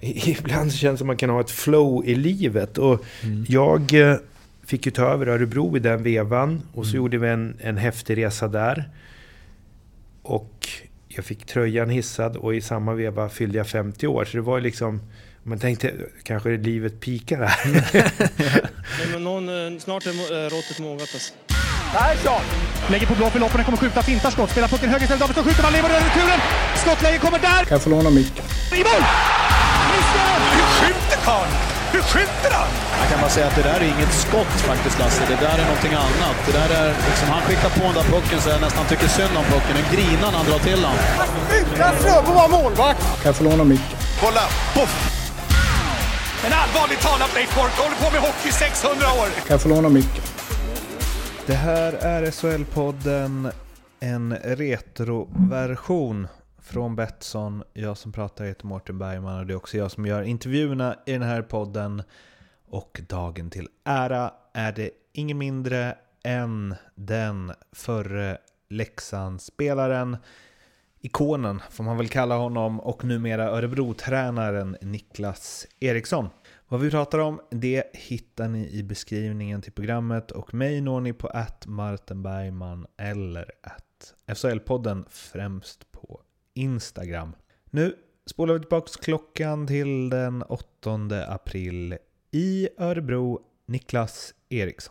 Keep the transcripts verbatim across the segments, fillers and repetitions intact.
ibland känns det som man kan ha ett flow i livet. Och mm. jag fick ju ta över Örebro i den vevan. Och så mm. gjorde vi en, en häftig resa där. Och jag fick tröjan hissad. Och i samma veva fyllde jag femtio år. Så det var liksom... Man tänkte, kanske livet pikar här. Men någon, snart är råttet mogat alltså. Persson! Lägger på blå för loppen, kommer skjuta, fintar skott. Spelar pucken höger istället, Davidsson skjuter, man lever över returen. Skottläge kommer där! Kan jag få låna micken? I mål! Hur skjuter Karl? Hur skjuter han? Jag kan bara säga att det där är inget skott faktiskt, Lasse. Det där är någonting annat. Det där är liksom, han skickar på den där pucken så jag nästan tycker synd om pucken. En grinan han drar till han. Utan Fröbo var målvakt! Kan jag få låna micken? Kolla! Poff! En allvarligt talat Leif Boork håller på med hockey i sexhundra år. Kan jag få låna micken? Det här är S H L-podden, en retroversion från Betsson. Jag som pratar heter Mårten Bergman och det är också jag som gör intervjuerna i den här podden. Och dagen till ära är det ingen mindre än den förre Leksandsspelaren, ikonen får man väl kalla honom, och numera Örebro-tränaren Niklas Eriksson. Vad vi pratar om, det hittar ni i beskrivningen till programmet, och mig når ni på at Martin Bergman eller at S H L-podden, främst på Instagram. Nu spolar vi tillbaka klockan till den åttonde april i Örebro. Niklas Eriksson.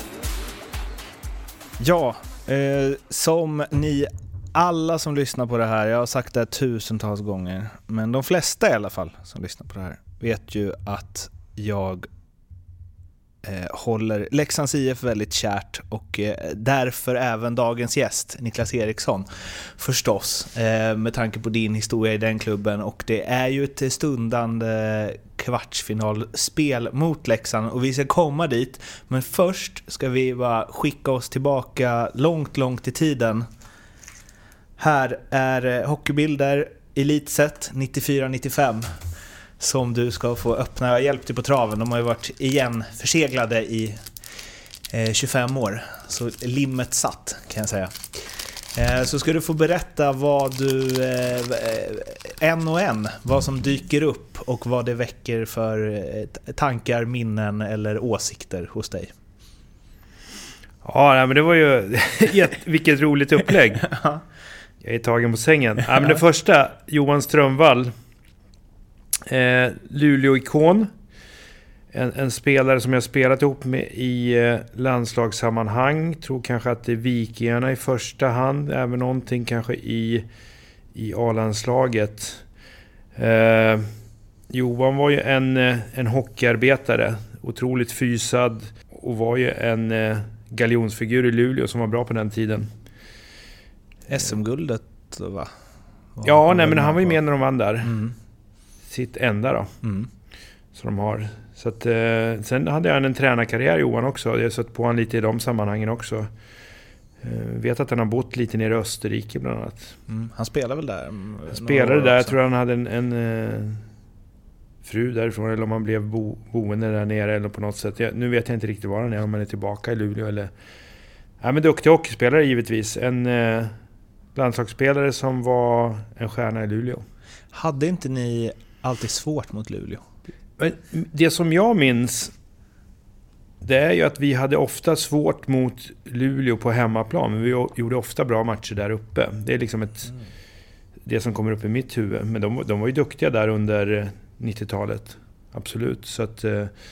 Ja, eh, som ni alla som lyssnar på det här, jag har sagt det tusentals gånger, men de flesta i alla fall som lyssnar på det här vet ju att jag eh, håller Leksands I F väldigt kärt, och eh, därför även dagens gäst Niklas Eriksson förstås, eh, med tanke på din historia i den klubben. Och det är ju ett stundande kvartsfinalspel mot Leksand och vi ska komma dit, men först ska vi bara skicka oss tillbaka långt, långt i tiden. Här är hockeybilder, Elitset nittiofyra nittiofem, som du ska få öppna. Jag hjälpte på traven, de har ju varit igen förseglade i eh, tjugofem år, så limmet satt kan jag säga. Eh, så ska du få berätta vad du eh, en och en, vad som dyker upp och vad det väcker för eh, tankar, minnen eller åsikter hos dig. Ja, men det var ju vilket roligt upplägg. Jag är tagen på sängen. Ja, men det första, Johan Strömvall, eh, Luleå-ikon. En, en spelare som jag spelat ihop med i eh, landslagssammanhang. Tror kanske att det är Vikingarna i första hand. Även någonting kanske i, i A-landslaget. Eh, Johan var ju en, en hockeyarbetare. Otroligt fysad. Och var ju en eh, galjonsfigur i Luleå som var bra på den tiden. S M-guldet, va? Var ja, nej, men han var ju med när de vann där. Mm. Sitt enda då. Mm. Så de har. Så att, eh, sen hade jag en tränarkarriär, Johan, också. Jag har sett på honom lite i de sammanhangen också. Eh, vet att han har bott lite nere i Österrike bland annat. Mm. Han spelar väl där? Han spelade där. Jag tror han hade en, en eh, fru därifrån, eller om han blev bo, boende där nere eller på något sätt. Jag, nu vet jag inte riktigt var han är, om han är tillbaka i Luleå eller... Ja, men duktig hockeyspelare givetvis. En eh, landslagsspelare som var en stjärna i Luleå. Hade inte ni alltid svårt mot Luleå? Det som jag minns, det är ju att vi hade ofta svårt mot Luleå på hemmaplan. Men vi gjorde ofta bra matcher där uppe. Det är liksom ett, mm. det som kommer upp i mitt huvud. Men de, de var ju duktiga där under nittiotalet. Absolut. Så att,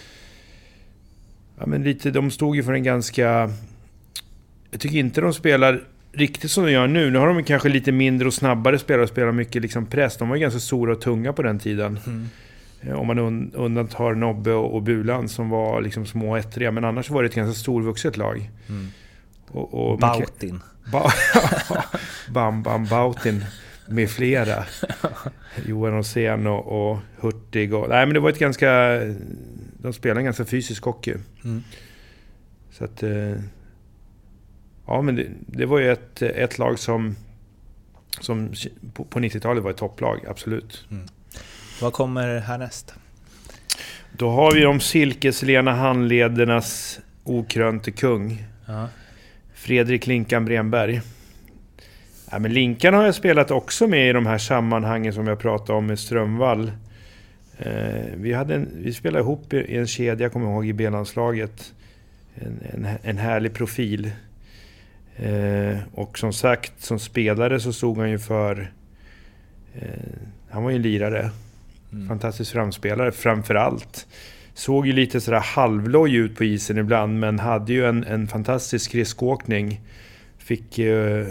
ja, men lite, de stod ju för en ganska... Jag tycker inte de spelar riktigt som de gör nu. Nu har de kanske lite mindre och snabbare spelare och spelar mycket liksom press. De var ganska stora och tunga på den tiden. Mm. Om man undantar Nobbe och Bulan som var liksom små ettriga. Men annars var det ett ganska storvuxet lag. Mm. Och, och Bautin. Ba- Bam Bam Bautin med flera. Johan Åsén och, och Hurtig. Och, nej, men det var ett ganska... De spelade en ganska fysisk hockey. Mm. Så att... Ja, men det, det var ju ett, ett lag som, som på, på nittiotalet var ett topplag, absolut. Mm. Vad kommer härnäst? Då har vi de silkeslena handledernas okrönte kung. Ja. Fredrik Linkan Bremberg. Ja, men Linkan har jag spelat också med i de här sammanhangen som jag pratade om med Strömvall. Eh, vi, hade en, vi spelade ihop i en kedja, kommer jag ihåg, i B-landslaget. En, en, en härlig profil. Eh, och som sagt, som spelare så stod han ju för... Eh, han var ju en lirare. Mm. Fantastisk framspelare, framförallt. Såg ju lite sådär halvloj ut på isen ibland, men hade ju en, en fantastisk skridskåkning. Fick eh,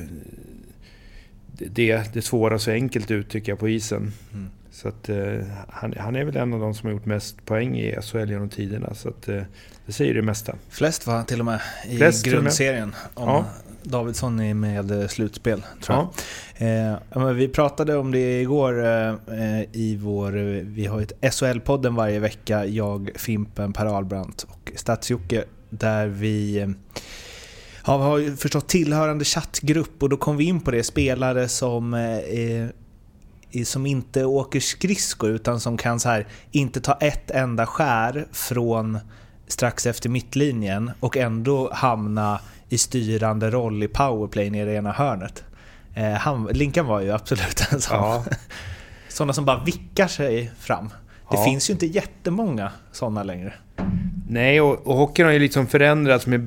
det, det svåra så enkelt ut, tycker jag, på isen. Mm. Så att eh, han, han är väl en av de som har gjort mest poäng i S H L genom tiderna. Så att eh, det säger det mesta. Flest var han till och med i Flest grundserien. Om ja. Davidsson är med slutspel, tror jag. Ja. Eh, vi pratade om det igår eh, i vår... Vi har ett S H L-podden varje vecka. Jag, Fimpen, Per Ahlbrandt och Stadsjocke. Där vi... Ja, vi har ju förstått tillhörande chattgrupp, och då kom vi in på det. Spelare som... Eh, som inte åker skridskor, utan som kan så här, inte ta ett enda skär från strax efter mittlinjen och ändå hamna i styrande roll i powerplay nere i ena hörnet. Eh, han, Linkan var ju absolut en sån. Ja. Sådana som bara vickar sig fram. Det ja. finns ju inte jättemånga sådana längre. Nej, och, och hockeyn har ju liksom förändrats med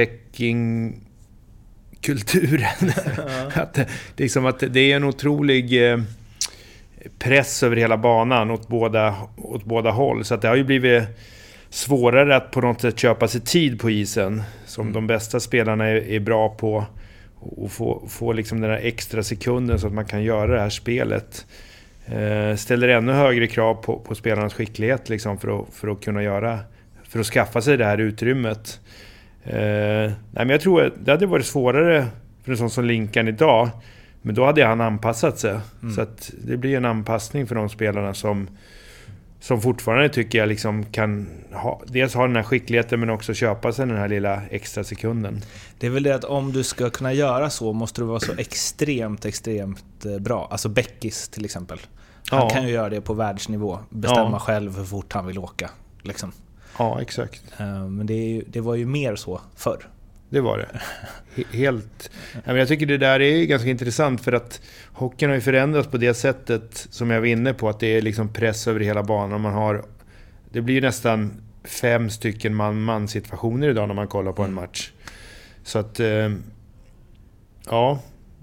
backchecking-kulturen. Ja. att, det, liksom att det är en otrolig... Eh, press över hela banan åt båda, åt båda håll. Så att det har ju blivit svårare att på något sätt köpa sig tid på isen, som mm. de bästa spelarna är, är bra på, och få, få liksom den där extra sekunden så att man kan göra det här spelet. Eh, ställer ännu högre krav på, på spelarnas skicklighet liksom, för, att, för att kunna göra, för att skaffa sig det här utrymmet. Eh, nej, men jag tror att det hade varit svårare för en sån som Linkan idag. Men då hade han anpassat sig. Mm. Så att det blir en anpassning för de spelarna som, som fortfarande tycker jag liksom kan ha, dels ha den här skickligheten, men också köpa sig den här lilla extra sekunden. Det är väl det att om du ska kunna göra så måste du vara så extremt, extremt bra. Alltså Beckis till exempel. Han ja. kan ju göra det på världsnivå. Bestämma ja. själv hur fort han vill åka. Liksom. Ja, exakt. Men det, är ju, det var ju mer så förr. Det var det. Helt. Jag tycker det där är ganska intressant, för att hockeyn har ju förändrats på det sättet som jag var inne på, att det är liksom press över hela banan. Man har, det blir ju nästan fem stycken man-man situationer idag när man kollar på en match. Så att ja,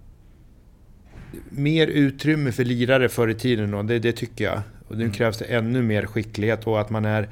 mer utrymme för lirare förr i tiden då, det, det tycker jag. Och nu krävs det ännu mer skicklighet och att man är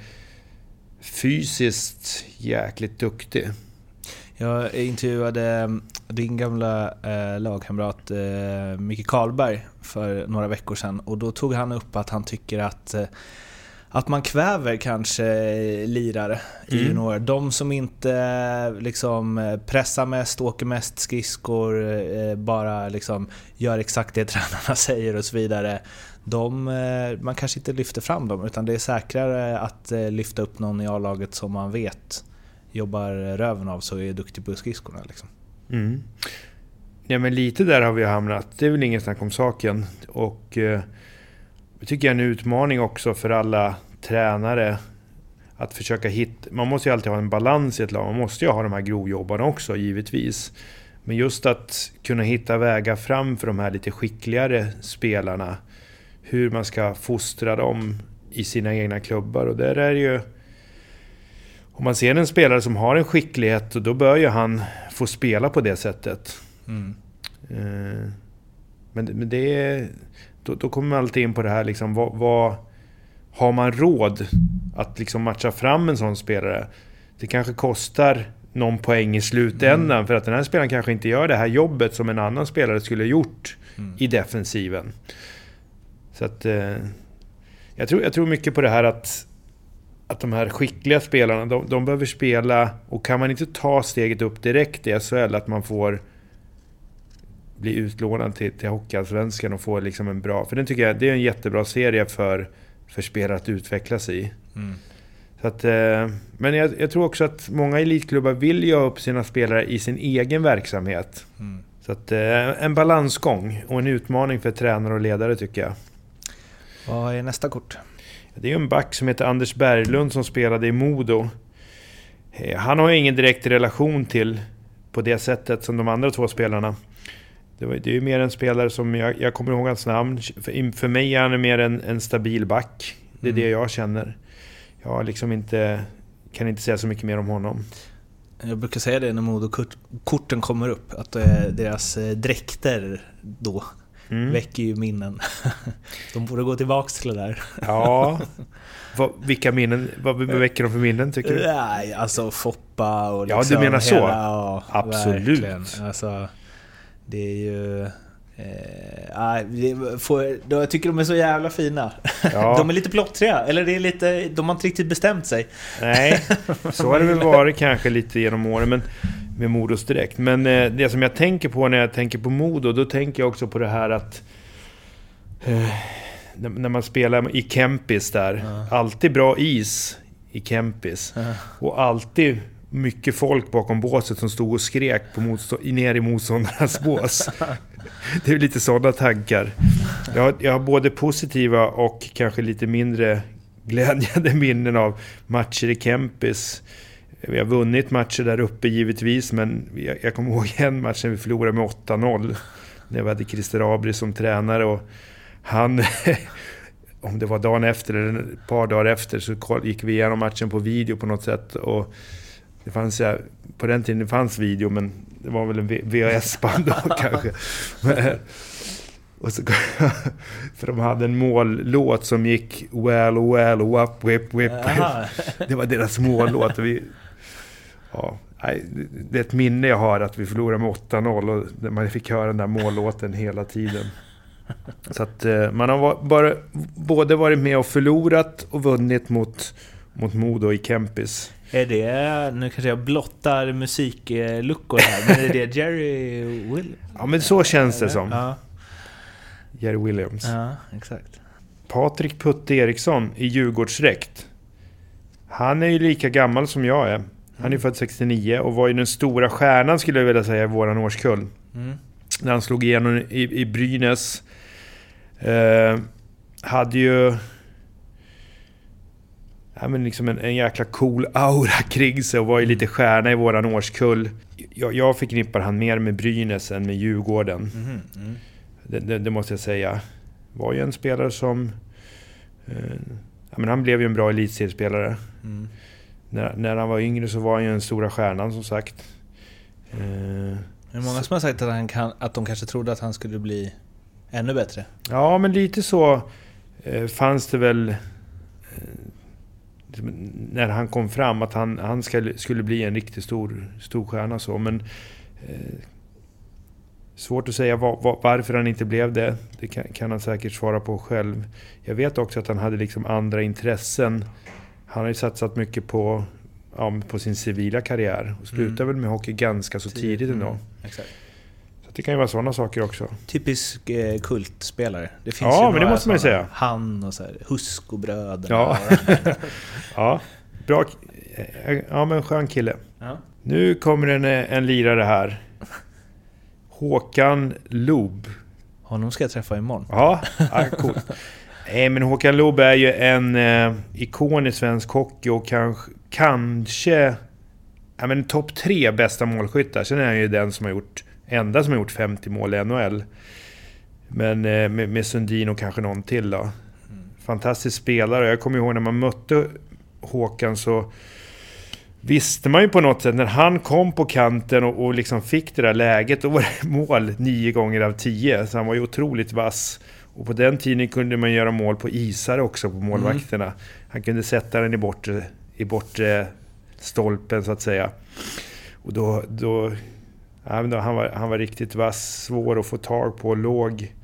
fysiskt jäkligt duktig. Jag intervjuade din gamla eh, lagkamrat eh, Micke Karlberg för några veckor sedan, och då tog han upp att han tycker att, eh, att man kväver kanske lirare i mm. junior. De som inte liksom pressar mest, åker mest skridskor, eh, bara liksom gör exakt det tränarna säger och så vidare. De, eh, man kanske inte lyfter fram dem, utan det är säkrare att eh, lyfta upp någon i A-laget som man vet jobbar röven av, så är duktig på skridskorna liksom. Mm. Ja, men lite där har vi hamnat. Det är väl ingen snack om saken. Och eh, jag tycker jag är en utmaning också för alla tränare att försöka hitta. Man måste ju alltid ha en balans i ett lag. Man måste ju ha de här grovjobbarna också, givetvis. Men just att kunna hitta vägar fram för de här lite skickligare spelarna. Hur man ska fostra dem i sina egna klubbar. Och där är det ju, om man ser en spelare som har en skicklighet, då bör ju han få spela på det sättet. Mm. Eh, men, men det är, då, då kommer man alltid in på det här liksom, vad, vad har man råd att liksom matcha fram en sån spelare? Det kanske kostar någon poäng i slutändan, mm. för att den här spelaren kanske inte gör det här jobbet som en annan spelare skulle ha gjort mm. i defensiven. Så att eh, jag tror, jag tror mycket på det här att att de här skickliga spelarna, de, de behöver spela, och kan man inte ta steget upp direkt i S H L, att man får bli utlånad till, till Hockeyallsvenskan och få liksom en bra, för den tycker jag det är en jättebra serie för, för spelare att utvecklas i. Mm. Så att, eh, men jag, jag tror också att många elitklubbar vill göra upp sina spelare i sin egen verksamhet. Mm. Så att eh, en balansgång och en utmaning för tränare och ledare, tycker jag. Vad är nästa kort? Det är en back som heter Anders Berglund som spelade i Modo. Han har ju ingen direkt relation till på det sättet som de andra två spelarna. Det, var, det är ju mer en spelare som jag, jag kommer ihåg hans namn. För, för mig är han mer en, en stabil back. Det är Mm. det jag känner. Jag har liksom inte, kan inte säga så mycket mer om honom. Jag brukar säga det när Modo-korten kommer upp, att eh, deras eh, dräkter då Mm. väcker ju minnen. De borde gå tillbaka till det där. Ja, vad, vilka minnen, vad väcker de för minnen tycker du? Nej, alltså Foppa och Ja, liksom du menar så? ja, Absolut. verkligen. Alltså, det är ju... Eh, det får, då, jag tycker de är så jävla fina. Ja. De är lite plottriga, eller det är lite, de har inte riktigt bestämt sig. Nej, så har det väl varit kanske lite genom åren, men med Modos direkt. Men eh, det som jag tänker på när jag tänker på Modo, då tänker jag också på det här att eh, när man spelar i Kempis där, Ja. alltid bra is i Kempis. Ja. Och alltid mycket folk bakom båset som stod och skrek på motstå- ner i motståndarnas bås. Det är lite sådana tankar. Jag har, jag har både positiva och kanske lite mindre glädjande minnen av matcher i Kempis. Vi har vunnit matcher där uppe givetvis, men jag, jag kommer ihåg en match när vi förlorade med åtta noll. När vi hade Christer Abri som tränare och han... om det var dagen efter eller ett par dagar efter så gick vi igenom matchen på video på något sätt och det fanns ja, på den tiden det fanns video, men det var väl en V H S-band då kanske. Men, och så, för de hade en mållåt som gick well, well, wap, whip, whip. Det var deras mållåt och vi, ja, det är ett minne jag har att vi förlorade med åtta noll och man fick höra den där mållåten hela tiden. Så att man har bara, både varit med och förlorat och vunnit mot, mot Modo i Kempis. Är det, nu kanske jag blottar musikluckor här, men är det Jerry Williams? Ja, men så känns det som. Ja, Jerry Williams. ja, exakt. Patrik Putte Eriksson i Djurgårdsdräkt. Han är ju lika gammal som jag är. Han är född sextionio och var ju den stora stjärnan skulle jag vilja säga i våran årskull. Mm. När han slog igenom i, i Brynäs. Eh, hade ju ja, men liksom en, en jäkla cool aura kring sig och var ju lite stjärna i våran årskull. Jag, jag förknippar han mer med Brynäs än med Djurgården. Mm. Mm. Det, det, det måste jag säga. Var ju en spelare som... Eh, ja, men han blev ju en bra elitseriespelare. Mm. När, när han var yngre så var han ju en stora stjärnan som sagt. Eh, Det är många som har sagt att, han kan, att de kanske trodde att han skulle bli ännu bättre. ja, men lite så eh, fanns det väl... Eh, när han kom fram att han, han skulle, skulle bli en riktigt stor, stor stjärna så, men eh, svårt att säga var, var, varför han inte blev det. Det kan, kan han säkert svara på själv. Jag vet också att han hade liksom andra intressen. Han har ju satsat mycket på, ja, på sin civila karriär och slutade Mm. väl med hockey ganska så tidigt ändå. Mm, exakt. Så det kan ju vara sådana saker också. Typisk eh, kultspelare. Det finns Ja, ju men det några måste man ju sådana. säga. Han och så här, Huskobröderna. Ja. Ja, bra. Ja, men skön kille. Ja. Nu kommer en, en lirare här. Håkan Loob. Honom ska jag träffa imorgon. Ja, ja coolt. Nej, men Håkan Loob är ju en eh, ikon i svensk hockey och kanske, kanske ja, men topp tre bästa målskyttar. Sen är han ju den som har gjort, enda som har gjort femtio mål i N H L. Men eh, med, med Sundin och kanske någon till då. Fantastisk spelare. Jag kommer ihåg när man mötte Håkan så visste man ju på något sätt när han kom på kanten och, och liksom fick det där läget, då var det mål nio gånger av tio. Så han var ju otroligt vass. Och på den tiden kunde man göra mål på isar också på målvakterna. Mm. Han kunde sätta den i bortre, i bortre stolpen så att säga. Och då, då, ja, då han, var, han var riktigt vass, svår att få tag på, låg,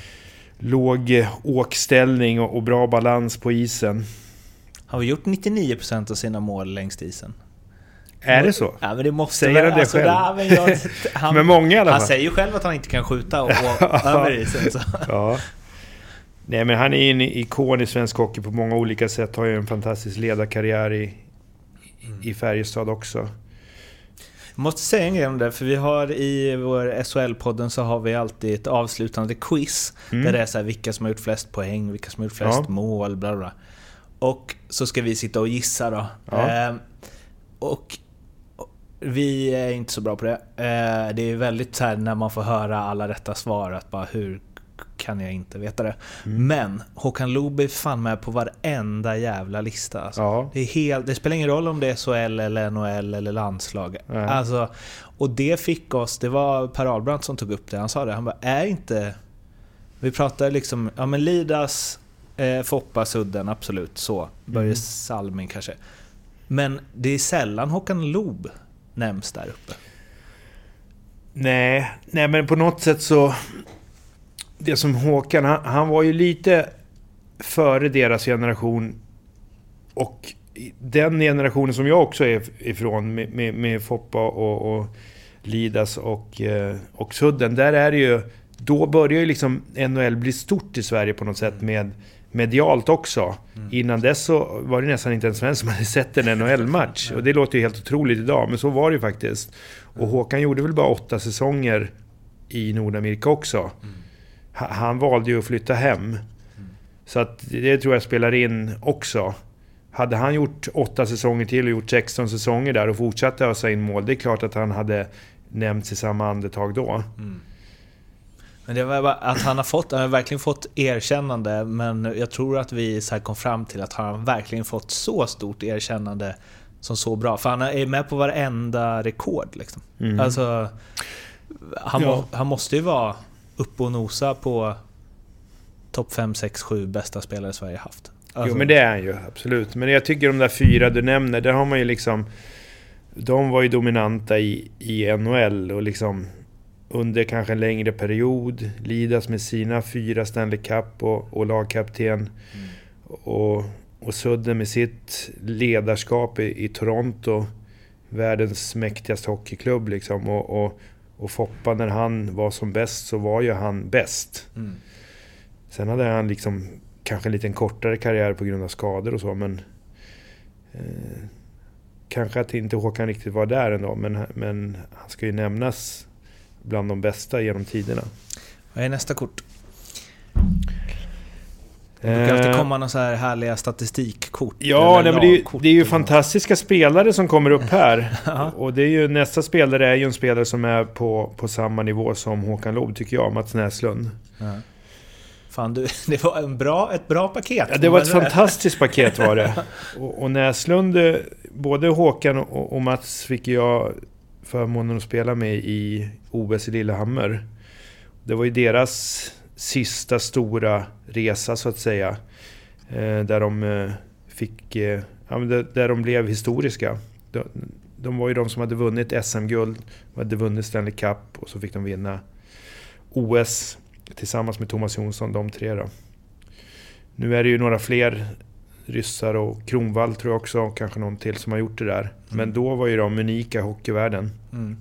låg åkställning och, och bra balans på isen. Han har gjort nittionio procent av sina mål längs isen. Är det så? Ja, men det måste säger väl, han det alltså, själv? Där, men jag, han, men många i alla fall. Han säger ju själv att han inte kan skjuta och, och över isen. Så. Ja. Nej, men han är en ikon i svensk hockey på många olika sätt. Har ju en fantastisk ledarkarriär i, i Färjestad också. Jag måste säga en grej om det, för vi har i vår S H L-podden så har vi alltid ett avslutande quiz mm. där det är så här, vilka som har gjort flest poäng, vilka som har gjort flest ja. mål, bla bla. Och så ska vi sitta och gissa då. Ja. Ehm, och vi är inte så bra på det. Ehm, det är väldigt så här när man får höra alla rätta svar att bara hur kan jag inte veta det. Mm. Men Håkan Loob är fan med på varenda jävla lista. Alltså. Ja. Det, är helt, det spelar ingen roll om det är S H L eller N H L eller landslag. Ja. Alltså, och det fick oss, det var Per Ahlbrandt som tog upp det. Han sa det, han bara, är inte... Vi pratar liksom, ja men Lidas, eh, Foppa, Sudden, absolut så. Börje mm. Salming kanske. Men det är sällan Håkan Loob nämns där uppe. Nej, nej men på något sätt så... Det som Håkan, han, han var ju lite före deras generation. Och den generationen som jag också är ifrån med, med, med Foppa och, och Lidas och, och Sudden. Där är det ju... Då börjar ju liksom N H L bli stort i Sverige på något sätt med medialt också. Mm. Innan dess så var det nästan inte en svensk som hade sett en N H L-match. Och det låter ju helt otroligt idag, men så var det ju faktiskt. Och Håkan gjorde väl bara åtta säsonger i Nordamerika också. Mm. Han valde ju att flytta hem. Mm. Så att det tror jag spelar in också. Hade han gjort åtta säsonger till och gjort sexton säsonger där och fortsatte ösa in mål, det är klart att han hade nämnts i samma andetag då. Mm. Men det var bara att han har fått, han har verkligen fått erkännande, men jag tror att vi så här kom fram till att han verkligen fått så stort erkännande som så bra. För han är med på varenda rekord liksom. Mm. Alltså han, ja. må, han måste ju vara uppe och nosa på topp fem, sex, sju bästa spelare Sverige haft. Alltså. Jo men det är han ju, absolut. Men jag tycker de där fyra du nämner, där har man ju liksom, de var ju dominanta i, i N H L och liksom under kanske en längre period. Lidas med sina fyra Stanley Cup och, och lagkapten. Mm. Och, och Sudden med sitt ledarskap i, i Toronto. Världens mäktigaste hockeyklubb liksom. Och, och, och Foppa, när han var som bäst så var ju han bäst. Mm. Sen hade han liksom kanske en liten kortare karriär på grund av skador och så. Men eh, kanske att inte Håkan riktigt var där ändå. Men, men han ska ju nämnas bland de bästa genom tiderna. Vad är nästa kort? Det brukar alltid komma några så här härliga statistikkort. Ja, nej, men det är ju, det är ju fantastiska spelare som kommer upp här. Och det är ju, nästa spelare är ju en spelare som är på, på samma nivå som Håkan Loob, tycker jag, Mats Näslund. Ja. Fan, du, det var en bra, ett bra paket. Ja, det var ett fantastiskt paket var det. Och, och Näslund, både Håkan och, och Mats fick jag förmånen att spela med i O S i Lillehammer. Det var ju deras sista stora resa så att säga. Eh, där de eh, fick... Eh, ja, där, där de blev historiska. De, de var ju de som hade vunnit S M-guld, hade vunnit Stanley Cup och så fick de vinna O S tillsammans med Thomas Jonsson, de tre då. Nu är det ju några fler ryssar och Kronwall tror jag också, och kanske någon till som har gjort det där. Mm. Men då var ju de unika i hockeyvärlden. Mm.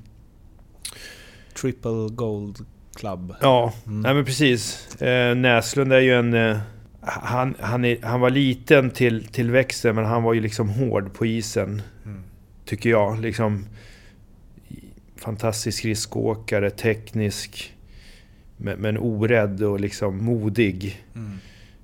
Triple Gold Club. Ja, mm. nej men precis. Eh, Näslund är ju en... Eh, han, han, är, han var liten till, till växten, men han var ju liksom hård på isen. Mm. Tycker jag. Liksom, fantastisk skridskoåkare, teknisk, men, men orädd och liksom modig. Mm.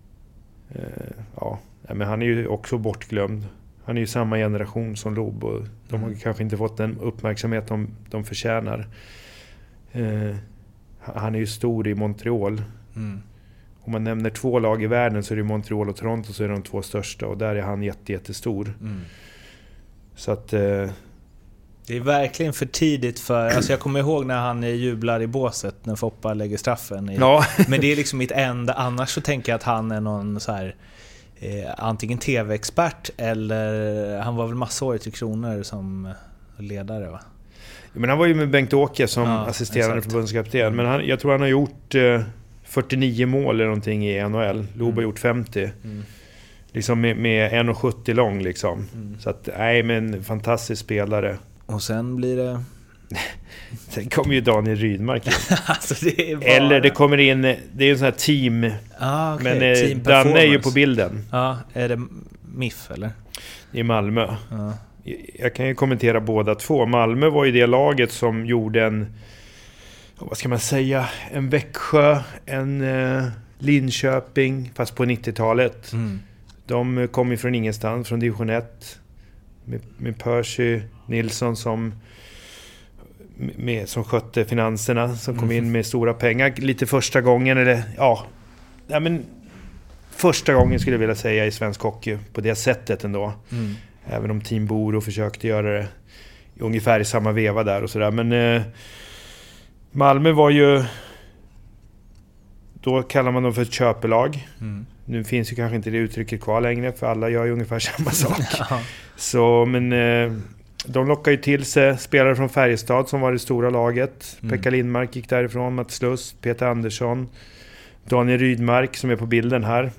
Eh, ja, men han är ju också bortglömd. Han är ju samma generation som Loob och de har mm. kanske inte fått den uppmärksamhet de, de förtjänar. Eh, han är ju stor i Montreal. Mm. Om man nämner två lag i världen så är det Montreal och Toronto, så är de två största, och där är han jätte, jättestor. Mm. Så att... Eh, det är verkligen för tidigt för... Alltså jag kommer ihåg när han jublar i båset när Foppa lägger straffen. I, ja. Men det är liksom mitt enda. Annars så tänker jag att han är någon så här... Eh, antingen tv-expert eller... Han var väl massåret i Kronor som ledare, va? Men han var ju med Bengt-Åke som ja, assisterande förbundskapten. Mm. Men han, jag tror han har gjort eh, fyrtionio mål eller någonting i N H L. Loob mm. har gjort femtio. Mm. Liksom med, med en komma sjuttio lång liksom. Mm. Så att, nej men fantastisk spelare. Och sen blir det... Sen kommer ju Daniel Rydmark in. Alltså det är bara... Eller det kommer in... Det är en sån här team... Ah, okay. Men eh, Danne är ju på bilden. Ja, är det M I F eller? I Malmö. Ja. Jag kan ju kommentera båda två. Malmö var ju det laget som gjorde en... Vad ska man säga? En Växjö, en eh, Linköping, fast på nittiotalet. Mm. De kom ju från ingenstans, från division ett. Med, med Percy Nilsson som med, som skötte finanserna, som kom in med stora pengar lite första gången, eller ja, ja men första gången skulle jag vilja säga i svensk hockey på det sättet ändå. Mm. Även om Team Boro försökte göra det ungefär i samma veva där och sådär. Men eh, Malmö var ju, då kallar man dem för ett köpelag. Mm. Nu finns ju kanske inte det uttrycket kvar längre, för alla gör ju ungefär samma sak. Ja. Så, men eh, de lockar ju till sig spelare från Färjestad som var det stora laget. Mm. Pekka Lindmark gick därifrån, Mats Lust, Peter Andersson, Daniel Rydmark som är på bilden här.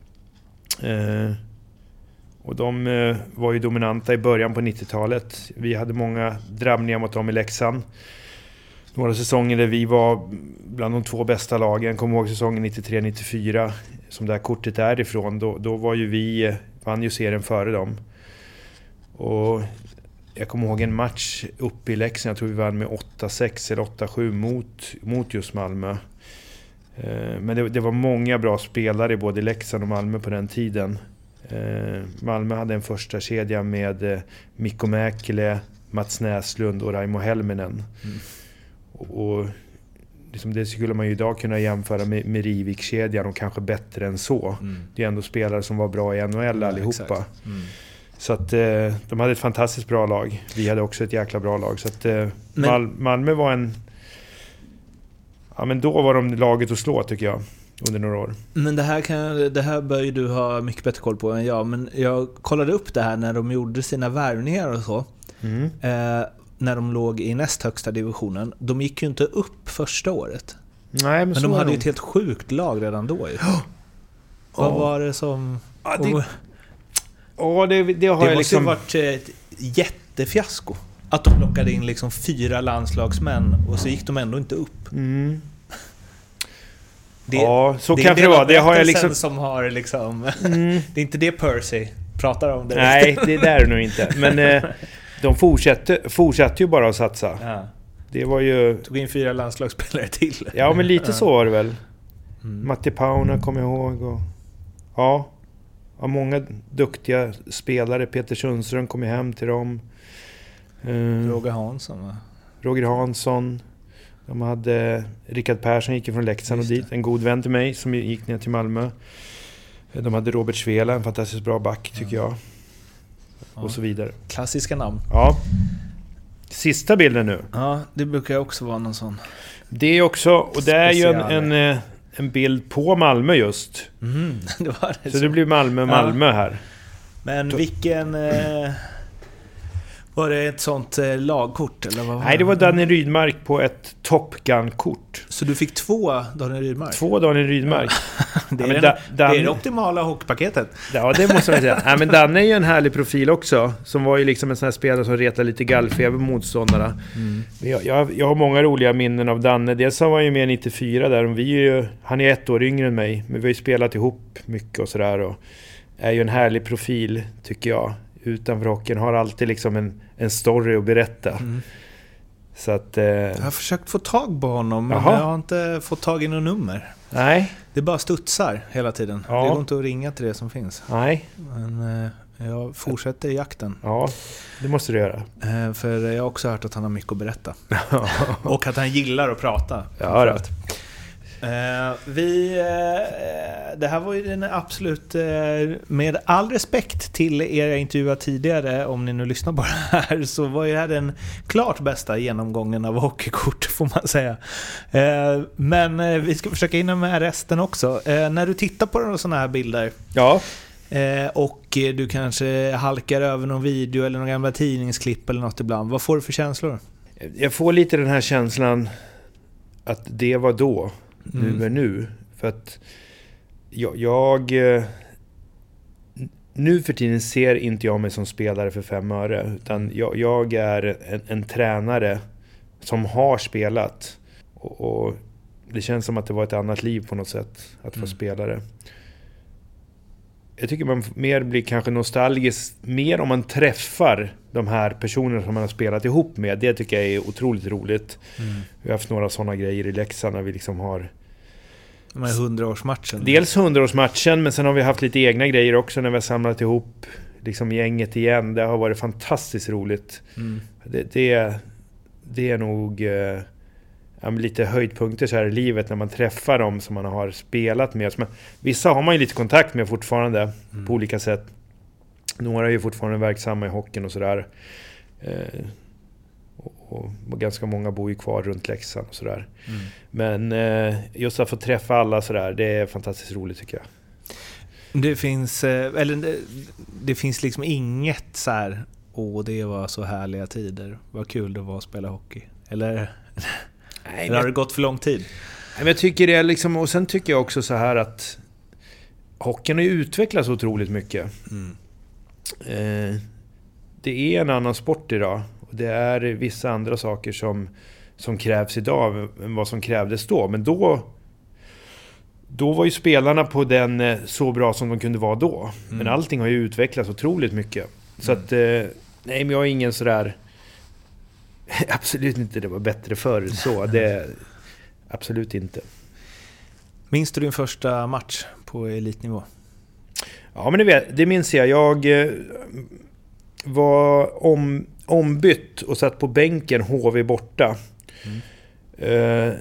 Eh, och de eh, var ju dominanta i början på nittiotalet. Vi hade många drabbningar mot dem i Leksand. Några säsonger där vi var bland de två bästa lagen. Kommer ihåg säsongen nittiotre nittiofyra som det här kortet är ifrån. Då, då var ju vi, vann ju serien före dem. Och jag kommer ihåg en match uppe i Leksand. Jag tror vi vann med åtta sex eller åtta sju mot, mot just Malmö. Eh, men det, det var många bra spelare både i Leksand och Malmö på den tiden. Eh, Malmö hade en första kedja med eh, Mikko Mäkelä, Mats Näslund och Raimo Helminen. Mm. Och liksom det skulle man ju idag kunna jämföra med, med Rivik-kedjan och kanske bättre än så. Mm. Det är ändå spelare som var bra i N H L allihopa. Mm. Så att eh, de hade ett fantastiskt bra lag. Vi hade också ett jäkla bra lag. Så att eh, men, Mal- Malmö var en... Ja, men då var de laget att slå tycker jag. Under några år. Men det här, kan, det här bör ju du ha mycket bättre koll på än jag. Men jag kollade upp det här när de gjorde sina värvningar och så. Mm. Eh, när de låg i näst högsta divisionen. De gick ju inte upp första året. Nej, men, men de hade ju ett helt sjukt lag redan då. Oh. Vad var det som... Ja, det, oh, det, det har det jag måste liksom... ju varit ett jättefiasko. Att de plockade in liksom fyra landslagsmän och så gick de ändå inte upp. Mm. Det, ja, så det kanske det var. Det har jag liksom... som har liksom... Mm. Det är inte det Percy pratar om. Det. Nej, det är det nog inte. Men eh, de fortsatte, fortsatte ju bara att satsa. Ja. Det var ju... Tog in fyra landslagsspelare till. Ja, men lite ja. så var det väl. Mm. Matti Pauna kommer jag ihåg. Och... Ja. ja, många duktiga spelare. Peter Sundström kom ju hem till dem. Uh, Roger Hansson, va? Roger Hansson. De hade Rickard Persson gick från Leksand och dit, en god vän till mig som gick ner till Malmö. De hade Robert Svela, en fantastiskt bra back tycker ja. jag. Och ja. så vidare. Klassiska namn. Ja. Sista bilden nu. Ja, det brukar också vara någon sån. Det är också, och det är ju en, en, en bild på Malmö just. Mm, det var det så. så det blir Malmö, Malmö ja. här. Men vilken... Eh, var det ett sånt eh, lagkort? Eller vad var Nej, det var Daniel Rydmark på ett Top Gun-kort. Så du fick två Daniel Rydmark? Två Daniel Rydmark. Ja. det, är ja, da, Dan... det är det optimala hockeypaketet. Ja, det måste man säga. Ja, men Danne är ju en härlig profil också. Som var ju liksom en sån här spelare som retade lite gallfeber motståndarna. Mm. Jag, jag, jag har många roliga minnen av Danne. Dels var han ju med nittiofyra där. Och vi är ju, han är ett år yngre än mig. Men vi har ju spelat ihop mycket och sådär. Och är ju en härlig profil, tycker jag. Utanför hockeyn har alltid liksom en, en story att berätta. Mm. Så att, eh... jag har försökt få tag på honom, men Jaha. jag har inte fått tag i något nummer. Nej. Det bara studsar hela tiden. Ja. Det går inte att ringa till det som finns. Nej. Men eh, jag fortsätter jakten. Ja, det måste du göra. Eh, för jag har också hört att han har mycket att berätta. Och att han gillar att prata. Ja, det. Uh, vi, uh, det här var ju den absolut, uh, med all respekt till er jag intervjuat tidigare, om ni nu lyssnar på det här, så var ju det här den klart bästa genomgången av hockeykort, får man säga. Uh, men uh, vi ska försöka hinna med resten också. Uh, när du tittar på sådana här bilder, ja. uh, och du kanske halkar över någon video eller någon gamla tidningsklipp eller något ibland, vad får du för känslor? Jag får lite den här känslan att det var då. Nu mm. är nu. För att jag, jag nu för tiden ser inte jag mig som spelare för fem öre. Utan jag, jag är en, en tränare som har spelat. Och, och det känns som att det var ett annat liv på något sätt att få mm. spelare. Jag tycker man mer blir kanske nostalgisk mer om man träffar de här personerna som man har spelat ihop med. Det tycker jag är otroligt roligt. Mm. Vi har haft några sådana grejer i Leksand när vi liksom har... De här hundraårsmatchen. Dels hundraårsmatchen, men sen har vi haft lite egna grejer också när vi har samlat ihop liksom gänget igen. Det har varit fantastiskt roligt. Mm. Det, det, det är nog eh, ja, lite höjdpunkter så här i livet när man träffar dem som man har spelat med. Man, vissa har man ju lite kontakt med fortfarande mm. på olika sätt. Några är ju fortfarande verksamma i hockeyn och sådär. Eh, och, och ganska många bor ju kvar runt Leksand och sådär. Mm. Men eh, just att få träffa alla sådär, det är fantastiskt roligt tycker jag. Det finns, eller det, det finns liksom inget så här, åh det var så härliga tider, vad kul det var att spela hockey. Eller, Nej, eller har det gått för lång tid? Men jag tycker det är liksom, och sen tycker jag också så här att hockeyn har ju utvecklats otroligt mycket. Mm. Eh, det är en annan sport idag. Och det är vissa andra saker som, som krävs idag än vad som krävdes då. Men då, då var ju spelarna på den så bra som de kunde vara då. Mm. Men allting har ju utvecklats otroligt mycket. Mm. Så att, eh, nej men jag har ingen sådär... absolut inte, det var bättre förr. Så det absolut inte. Minns du din första match på elitnivå? Ja, men det, vet, det minns jag. Jag eh, var om, ombytt och satt på bänken H V borta. Mm. Eh,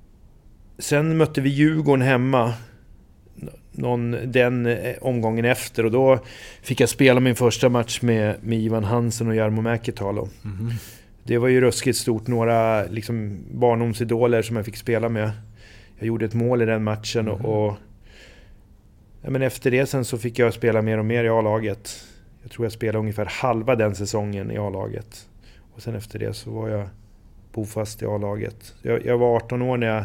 sen mötte vi Djurgården hemma någon, den omgången efter. Och då fick jag spela min första match med, med Ivan Hansen och Jarmo Mäkitalo. Mm. Det var ju ruskigt stort. Några liksom, barndomsidoler som jag fick spela med. Jag gjorde ett mål i den matchen. Mm. och, och ja, men efter det sen så fick jag spela mer och mer i A-laget. Jag tror jag spelade ungefär halva den säsongen i A-laget. Och sen efter det så var jag bofast i A-laget. Jag, jag var arton år när jag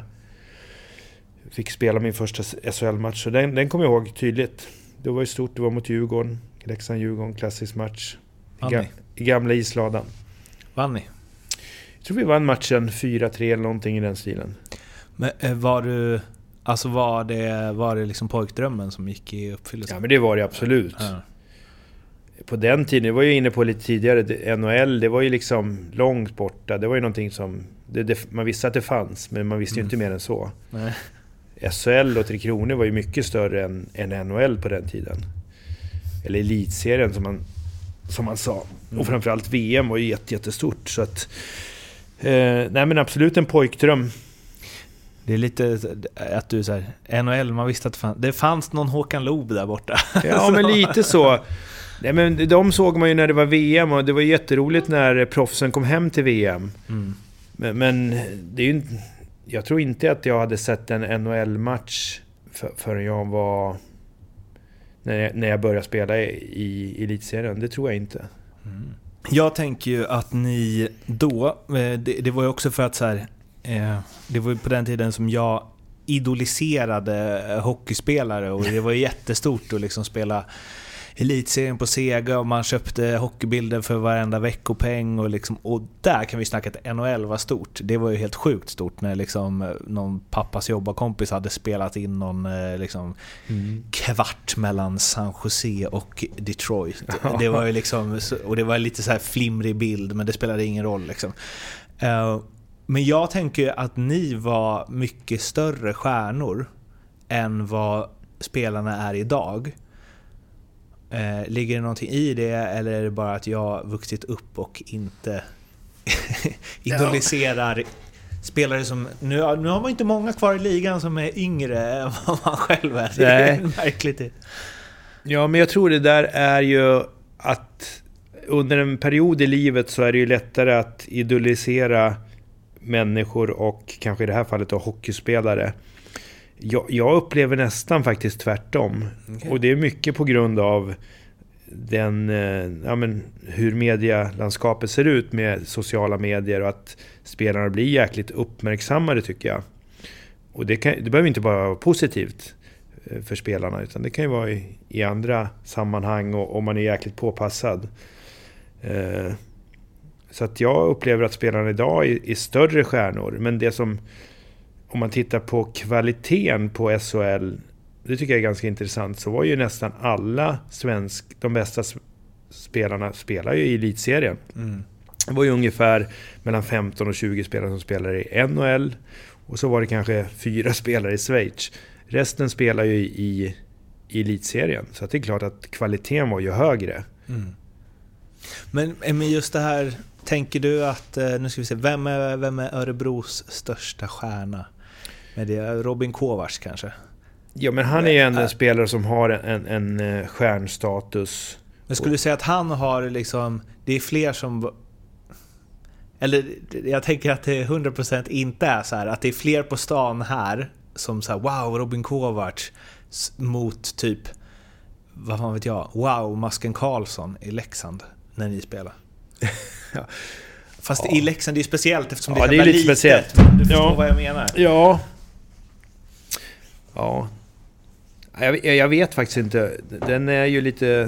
fick spela min första S H L-match. Så den, den kommer jag ihåg tydligt. Det var ju stort, det var mot Djurgården. Leksand-Djurgården, klassisk match. I, ga, I gamla isladan. Vann ni? Jag tror vi vann matchen fyra tre eller någonting i den stilen. Men var du... Alltså var det, var det liksom pojkdrömmen som gick i uppfyllelse? Ja, men det var det absolut. Ja. På den tiden, det var ju inne på lite tidigare, N H L, det var ju liksom långt borta. Det var ju någonting som, det, det, man visste att det fanns, men man visste mm. ju inte mer än så. Nej. S H L och Tre Kronor var ju mycket större än, än N H L på den tiden. Eller elitserien som man, som man sa. Mm. Och framförallt V M var ju jätte, jättestort. Så att, eh, nej men absolut en pojkdröm. Det är lite att du säger N H L, man visste att det fanns, det fanns någon Håkan Loob där borta. Ja, men lite så. Nej, men de såg man ju när det var V M och det var jätteroligt när proffsen kom hem till V M. Mm. Men, men det är ju, jag tror inte att jag hade sett en N H L-match för, förrän jag var när jag, när jag började spela i, i elitserien. Det tror jag inte. Mm. Jag tänker ju att ni då, det, det var ju också för att så här, det var ju på den tiden som jag idoliserade hockeyspelare och det var ju jättestort att liksom spela elitserien på Sega och man köpte hockeybilder för varenda veckopeng och liksom, och där kan vi snacka att N H L var stort. Det var ju helt sjukt stort när liksom någon pappas jobbarkompis hade spelat in någon liksom mm. kvart mellan San Jose och Detroit. Det var ju liksom, och det var lite så här flimrig bild, men det spelade ingen roll liksom. Uh, Men jag tänker att ni var mycket större stjärnor än vad spelarna är idag. Eh, ligger det någonting i det, eller är det bara att jag vuxit upp och inte idoliserar ja. spelare som... Nu, nu har man inte många kvar i ligan som är yngre än vad man själv är. Det är märkligt. Ja, men jag tror det där är ju att under en period i livet så är det ju lättare att idolisera människor och kanske i det här fallet då hockeyspelare. Jag, jag upplever nästan faktiskt tvärtom. Okay. Och det är mycket på grund av den, ja men, hur medielandskapet ser ut med sociala medier och att spelarna blir jäkligt uppmärksammade tycker jag. Och det, kan, det behöver inte bara vara positivt för spelarna utan det kan ju vara i, i andra sammanhang och om man är jäkligt påpassad. Eh, Så att jag upplever att spelarna idag är, är större stjärnor. Men det som, om man tittar på kvaliteten på S H L, det tycker jag är ganska intressant. Så var ju nästan alla svensk, de bästa spelarna spelar ju i elitserien. Mm. Det var ju ungefär mellan femton och tjugo spelare som spelar i N H L. Och så var det kanske fyra spelare i Schweiz. Resten spelar ju i, i elitserien. Så att det är klart att kvaliteten var ju högre. Mm. Men, men just det här, Tänker du att, nu ska vi se, vem är, vem är Örebros största stjärna? Med det, Robin Kovacs kanske? Ja, men han är ju en äh, spelare som har en, en, en stjärnstatus. Men skulle du säga att han har liksom, det är fler som, eller jag tänker att det hundra procent inte är så här, att det är fler på stan här som så här, wow, Robin Kovacs mot typ, vad fan vet jag, wow, Masken Karlsson i Leksand när ni spelar. Ja. Fast ja. i Leksand det är ju speciellt eftersom ja, det är, det är lite litet. speciellt. Du förstår ja. vad jag menar. Ja. Ja. Jag, jag vet faktiskt inte. Den är ju lite...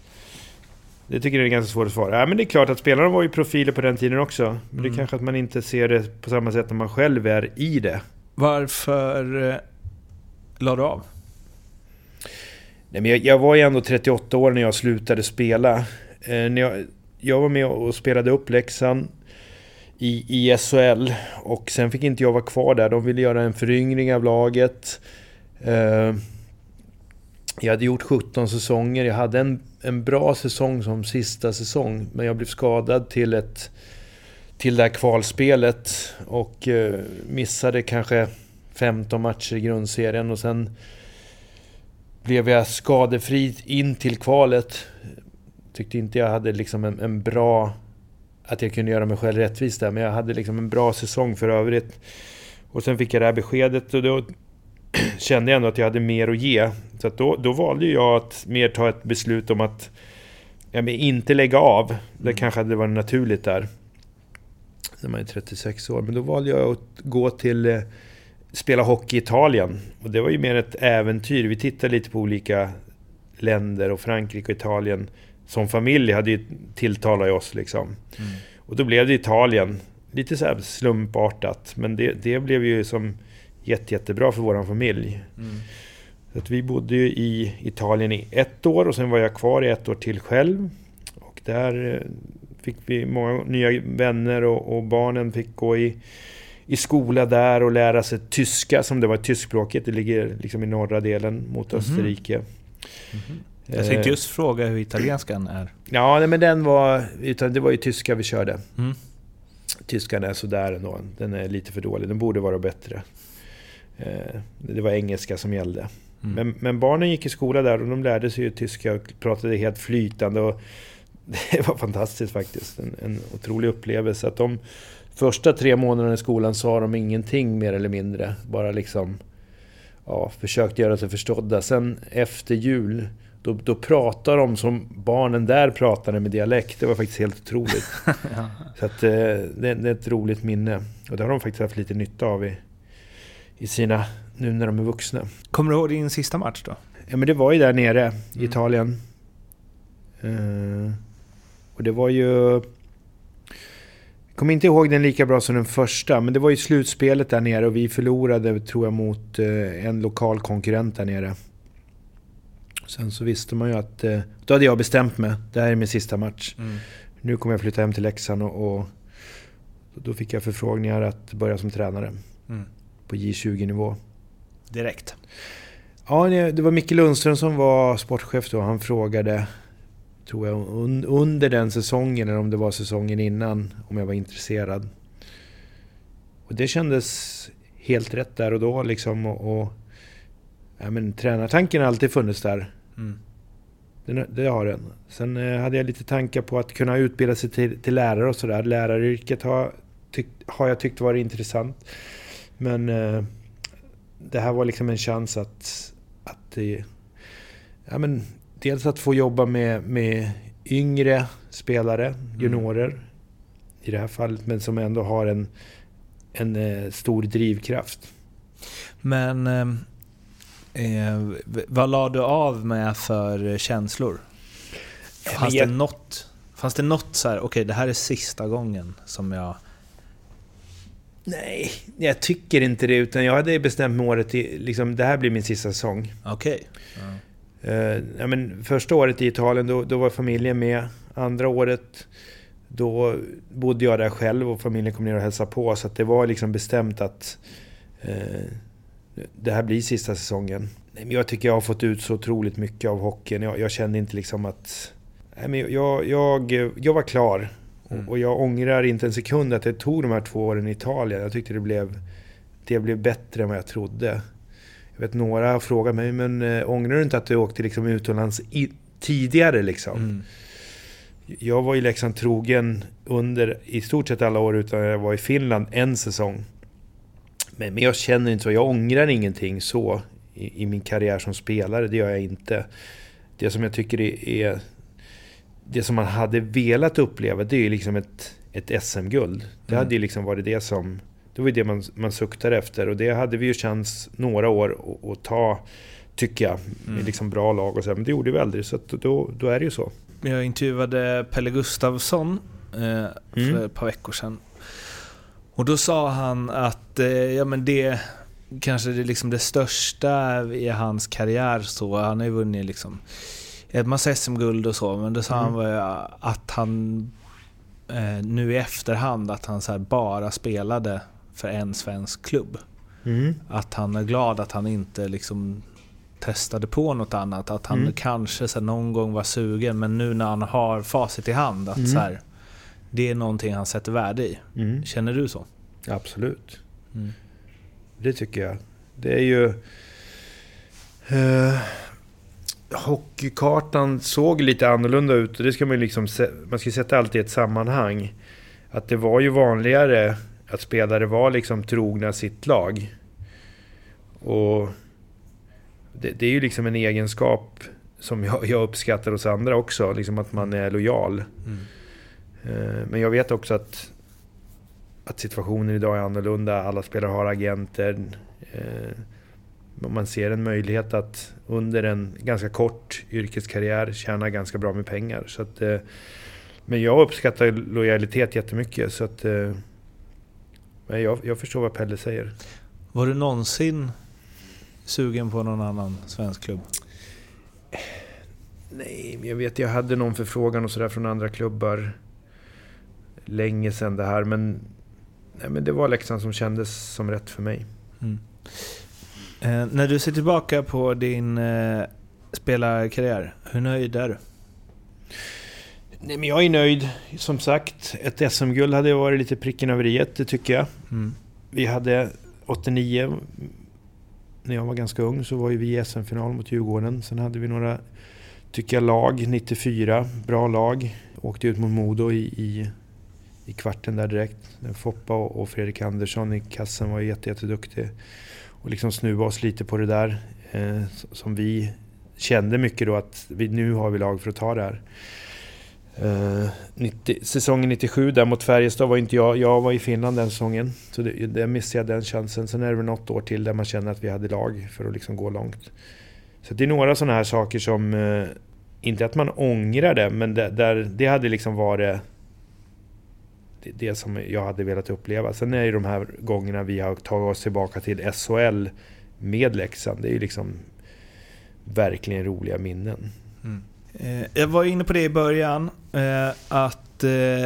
Det tycker jag är ganska svårt att svara. Ja, men det är klart att spelarna var ju profiler på den tiden också. Men mm. det är kanske att man inte ser det på samma sätt när man själv är i det. Varför eh, la du av? Nej, men jag, jag var ju ändå trettioåtta år när jag slutade spela. Eh, när jag, jag var med och spelade upp Leksand i, i S H L. Och sen fick inte jag vara kvar där. De ville göra en föryngring av laget. Eh, jag hade gjort sjutton säsonger. Jag hade en, en bra säsong som sista säsong. Men jag blev skadad till ett till det här kvalspelet. Och eh, missade kanske femton matcher i grundserien. Och sen blev jag skadefri in till kvalet. Tyckte inte jag hade liksom en, en bra... Att jag kunde göra mig själv rättvist där. Men jag hade liksom en bra säsong för övrigt. Och sen fick jag det här beskedet. Och då kände jag ändå att jag hade mer att ge. Så att då, då valde jag att mer ta ett beslut om att ja, men inte lägga av. Det mm. kanske hade varit naturligt där. När man är trettiosex år. Men då valde jag att gå till... Eh, spela hockey i Italien. Och det var ju mer ett äventyr. Vi tittade lite på olika länder. Och Frankrike och Italien. Som familj hade ju tilltalat oss liksom. Mm. Och då blev det Italien. Lite så här slumpartat. Men det, det blev ju som jätte, jättebra för våran familj. Mm. Så att vi bodde ju i Italien i ett år. Och sen var jag kvar i ett år till själv. Och där fick vi många nya vänner. Och, och barnen fick gå i, i skola där. Och lära sig tyska. Som det var tyskspråket. Det ligger liksom i norra delen mot Österrike. Mm-hmm. Jag tänkte just fråga hur italienskan är. Ja, nej, men den var... Utan det var ju tyska vi körde. Mm. Tyskan är sådär ändå. Den är lite för dålig. Den borde vara bättre. Eh, det var engelska som gällde. Mm. Men, men barnen gick i skola där och de lärde sig ju tyska och pratade helt flytande. Och det var fantastiskt faktiskt. En, en otrolig upplevelse. Att de första tre månaderna i skolan sa de ingenting mer eller mindre. Bara liksom... Ja, försökte göra sig förstådda. Sen efter jul... Då, då pratar de som barnen där pratade med dialekt. Det var faktiskt helt otroligt. Ja. Så att, eh, det, det är ett roligt minne. Och det har de faktiskt haft lite nytta av i, i sina, nu när de är vuxna. Kommer du ihåg din sista match då? Ja, men det var ju där nere i mm. Italien. Eh, och det var ju... Jag kommer inte ihåg den lika bra som den första. Men det var ju slutspelet där nere. Och vi förlorade, tror jag, mot eh, en lokal konkurrent där nere. Sen så visste man ju att då hade jag bestämt mig. Det här är min sista match. Mm. Nu kommer jag flytta hem till Leksand och, och då fick jag förfrågningar att börja som tränare mm. på J tjugo-nivå. Direkt? Ja, det var Micke Lundström som var sportchef då. Han frågade, tror jag, under den säsongen eller om det var säsongen innan, om jag var intresserad. Och det kändes helt rätt där och då liksom och, och ja, men tränartanken har alltid funnits där. Mm. Det, det har den. Sen eh, hade jag lite tankar på att kunna utbilda sig till, till lärare och sådär. Läraryrket har, tyck, har jag tyckt varit intressant. Men eh, det här var liksom en chans att, att eh, ja, men, dels att få jobba med, med yngre spelare, juniorer mm. i det här fallet, men som ändå har en, en eh, stor drivkraft. Men... Eh... Eh, vad la du av med för känslor? Fanns jag... det något Fanns det något så här, okej, okay, det här är sista gången som jag... Nej, jag tycker inte det, utan jag hade bestämt mig året i, liksom, det här blir min sista säsong. Okej. Okay. Uh. Uh, ja, men första året i Italien, då, då var familjen med. Andra året, då bodde jag där själv och familjen kom ner och hälsade på. Så att det var liksom bestämt att... Uh, det här blir sista säsongen. Jag tycker jag har fått ut så otroligt mycket av hockeyn. Jag, jag kände inte liksom att... Jag, jag, jag var klar. Mm. Och jag ångrar inte en sekund att jag tog de här två åren i Italien. Jag tyckte det blev, det blev bättre än vad jag trodde. Jag vet några har frågat mig, men äh, ångrar du inte att du åkte liksom utomlands i, tidigare liksom? Mm. Jag var ju liksom trogen under i stort sett alla år, utan jag var i Finland en säsong. Men, men jag känner inte så, jag ångrar ingenting så i, i min karriär som spelare, det gör jag inte. Det som jag tycker är, är det som man hade velat uppleva, det är ju liksom ett, ett S M-guld. Det mm. hade ju liksom varit det som, det var ju det man, man suktade efter, och det hade vi ju chans några år att, att ta, tycker jag, med mm. liksom bra lag och så, men det gjorde vi aldrig, så att då, då är det ju så. Jag intervjuade Pelle Gustafsson eh, för mm. ett par veckor sedan. Och då sa han att eh, ja, men det kanske det, liksom det största i hans karriär. Så han har ju vunnit liksom ett massa S M-guld och så. Men då sa mm. han att han eh, nu i efterhand att han så här bara spelade för en svensk klubb. Mm. Att han är glad att han inte liksom testade på något annat, att han mm. kanske så någon gång var sugen, men nu när han har facit i hand att mm. så här, det är någonting han sätter värde i. Mm. Känner du så? Absolut. Mm. Det tycker jag. Det är ju eh, hockeykartan såg lite annorlunda ut, och det ska man liksom man ska sätta allt i ett sammanhang. Att det var ju vanligare att spelare var liksom trogna sitt lag. Och Det, det är ju liksom en egenskap som jag, jag uppskattar hos andra också, liksom att man är lojal. Mm. Eh, men jag vet också att, att situationen idag är annorlunda. Alla spelare har agenter. Eh, man ser en möjlighet att under en ganska kort yrkeskarriär tjäna ganska bra med pengar. Så att, eh, men jag uppskattar lojalitet jättemycket. Så att, eh, men jag, jag förstår vad Pelle säger. Var du någonsin sugen på någon annan svensk klubb? Nej, jag vet, jag hade någon förfrågan och sådär från andra klubbar länge sedan det här, men, nej, men det var Leksand som kändes som rätt för mig. Mm. Eh, när du ser tillbaka på din eh, spelarkarriär, hur nöjd är du? Nej, men jag är nöjd, som sagt. Ett S M-guld hade varit lite pricken över i, det tycker jag. Mm. Vi hade åttionio, när jag var ganska ung, så var ju vi i S M-final mot Djurgården. Sen hade vi några, tycker jag, lag, nittiofyra, bra lag. Åkte ut mot Modo i, i, i kvarten där direkt. Foppa och, och Fredrik Andersson i kassen var jätte, jätteduktig. Och liksom snuva oss lite på det där. Eh, som vi kände mycket då, att vi, nu har vi lag för att ta det här. Uh, nittio, säsongen nittiosju där mot Färjestad var inte jag, jag var i Finland den säsongen, så det, det missade jag den chansen. Sen är det väl något år till där man känner att vi hade lag för att liksom gå långt. Så det är några sådana här saker som uh, inte att man ångrar det, men det, där, det hade liksom varit det, det som jag hade velat uppleva. Sen är det de här gångerna vi har tagit oss tillbaka till S H L med Leksand, det är ju liksom verkligen roliga minnen. Mm. Jag var inne på det i början, att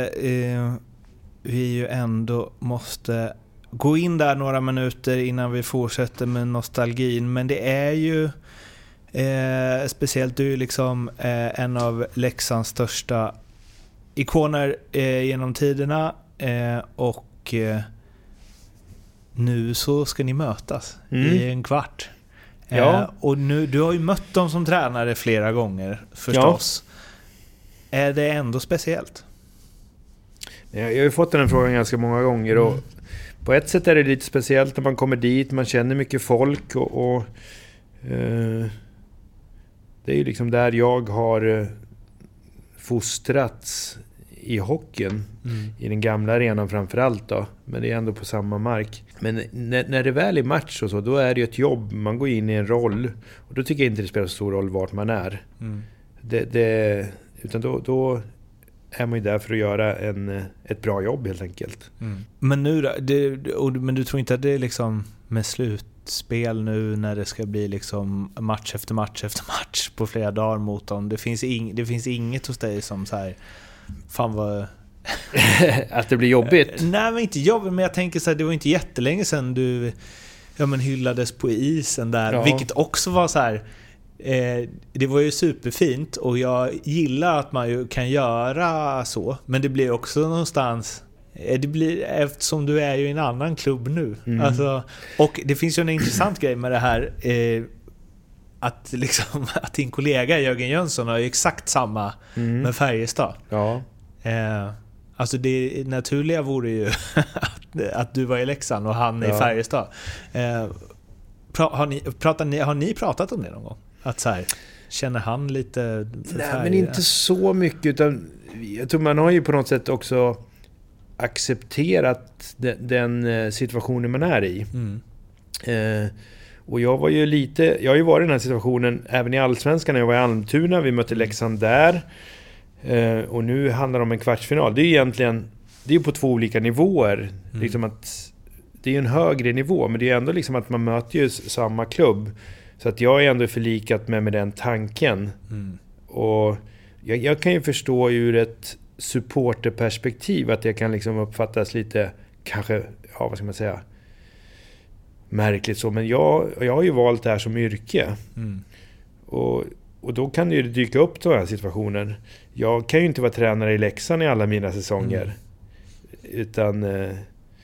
vi ju ändå måste gå in där några minuter innan vi fortsätter med nostalgin. Men det är ju speciellt, du är liksom en av Leksands största ikoner genom tiderna, och nu så ska ni mötas mm. i en kvart. Ja. Eh, och nu, du har ju mött dem som tränare flera gånger förstås. Ja. Är det ändå speciellt? Jag har ju fått den frågan ganska många gånger, och mm. på ett sätt är det lite speciellt när man kommer dit, man känner mycket folk, och, och eh, det är ju liksom där jag har eh, fostrats i hockeyn, mm. i den gamla arenan framförallt då, men det är ändå på samma mark. Men när, när det väl är match och så, då är det ju ett jobb, man går in i en roll, och då tycker jag inte det spelar så stor roll vart man är. Mm. Det, det, utan då, då är man ju där för att göra en, ett bra jobb helt enkelt. Mm. Men nu då, det, men du tror inte att det är liksom med slutspel nu när det ska bli liksom match efter match efter match på flera dagar mot dem, det finns, ing, det finns inget hos dig som så här, fan vad att det blir jobbigt? Nej, men inte jobbigt, men jag tänker så här, det var inte jättelänge sedan du ja, men hyllades på isen där, ja. Vilket också var så här, eh, det var ju superfint och jag gillar att man ju kan göra så, men det blir också någonstans eh, det blir, eftersom du är ju i en annan klubb nu. Mm. Alltså, och det finns ju en intressant grej med det här eh, att, liksom, att din kollega Jörgen Jönsson har ju exakt samma mm. med Färjestad. Ja. Eh, alltså det naturliga vore ju att, att du var i Leksand och han är ja. i Färjestad. Eh, pra, har, ni, pratar ni, har ni pratat om det någon gång? Att så här, känner han lite för Nej, Färjestad? men inte så mycket, utan jag tror man har ju på något sätt också accepterat den, den situationen man är i. Mm. Eh, och jag var ju lite, jag har ju varit i den här situationen även i Allsvenskan när jag var i Almtuna, vi mötte Leksand där. Uh, och nu handlar det om en kvartsfinal. Det är egentligen, det är på två olika nivåer. Mm. Liksom att, det är en högre nivå, men det är ändå liksom att man möter ju samma klubb. Så att jag är ändå förlikat med, med den tanken. Mm. Och jag, jag kan ju förstå ur ett supporterperspektiv att det kan liksom uppfattas lite, kanske, ja vad ska man säga, märkligt så. Men jag, jag har ju valt det här som yrke. Mm. Och Och då kan det ju dyka upp de här situationer. Jag kan ju inte vara tränare i Leksand i alla mina säsonger. Mm. Utan eh,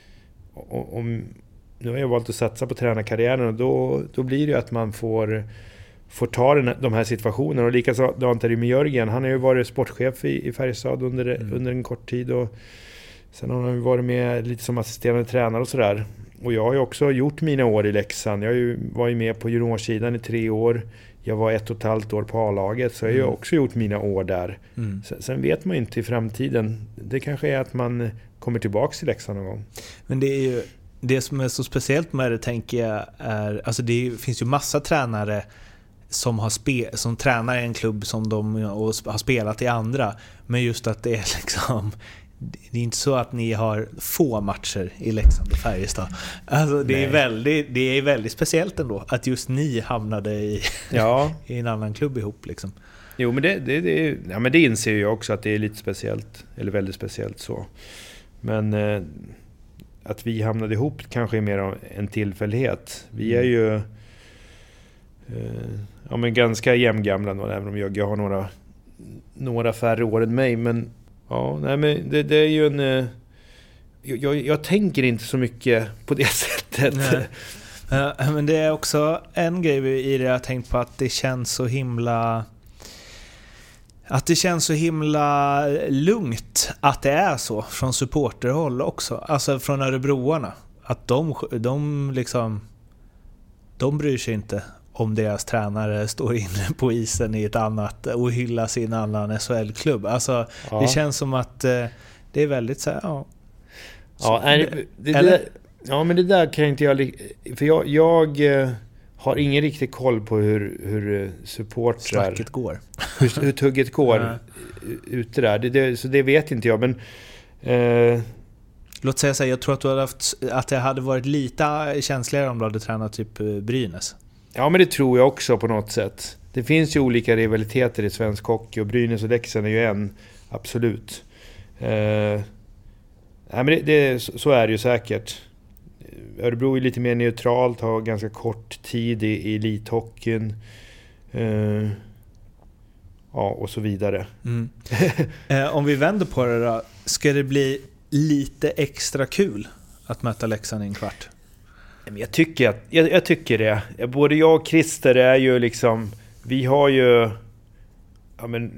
om, nu har jag valt att satsa på tränarkarriären och då, då blir det ju att man får, får ta den, de här situationerna. Och likadant är det med Jörgen. Han har ju varit sportchef i, i Färjestad under, mm. under en kort tid. Och sen har han varit med lite som assisterande tränare och sådär. Och jag har ju också gjort mina år i Leksand. Jag har ju, var ju med på juniorsidan i tre år. Jag var ett och ett halvt år på A-laget, så jag har ju också gjort mina år där. Mm. Sen, sen vet man ju inte i framtiden. Det kanske är att man kommer tillbaka till Leksand någon gång. Men det är ju det som är så speciellt med det, tänker jag, är alltså det finns ju massa tränare som har spe, som tränar i en klubb som de och har spelat i andra, men just att det är liksom, det är inte så att ni har få matcher i Leksand och Färjestad. Alltså det är väldigt, det är väldigt speciellt ändå att just ni hamnade i, ja. i en annan klubb ihop liksom. Jo, men det, det, det, ja, men det inser jag också att det är lite speciellt, eller väldigt speciellt så. Men eh, att vi hamnade ihop kanske är mer en tillfällighet. Vi är ju eh, ja, men ganska jämngamla då, även om jag, jag har några, några färre år än mig, men ja, nej, men det, det är ju en... Eh, jag, jag tänker inte så mycket på det sättet. Nej. Uh, men det är också en grej i det jag har tänkt på, att det känns så himla... Att det känns så himla lugnt att det är så från supporterhåll också. Alltså från örebroarna. Att de, de liksom... De bryr sig inte om deras tränare står inne på isen i ett annat och hyllas i en annan S H L-klubb. Alltså, ja. Det känns som att eh, det är väldigt så här, ja. Ja, är det, det, det där, ja, men det där kan inte jag... För jag, jag eh, har ingen riktig koll på hur, hur supportrar... Snacket går. Hur, hur tugget går ja. ute där. Det, det, så det vet inte jag, men... Eh, Låt säga så här, jag tror att du hade haft, att det hade varit lite känsligare om du hade tränat typ Brynäs. Ja, men det tror jag också på något sätt. Det finns ju olika rivaliteter i svensk hockey och Brynäs och Leksand är ju en, absolut. Eh, nej, men det, det, så är det ju säkert. Örebro är lite mer neutralt, har ganska kort tid i, i elithockeyn. Eh, ja, och så vidare. Mm. eh, om vi vänder på det då, ska det bli lite extra kul att möta Leksand i en kvart? Jag tycker, att, jag, jag tycker det. Både jag och Christer är ju liksom... Vi har ju ja, men,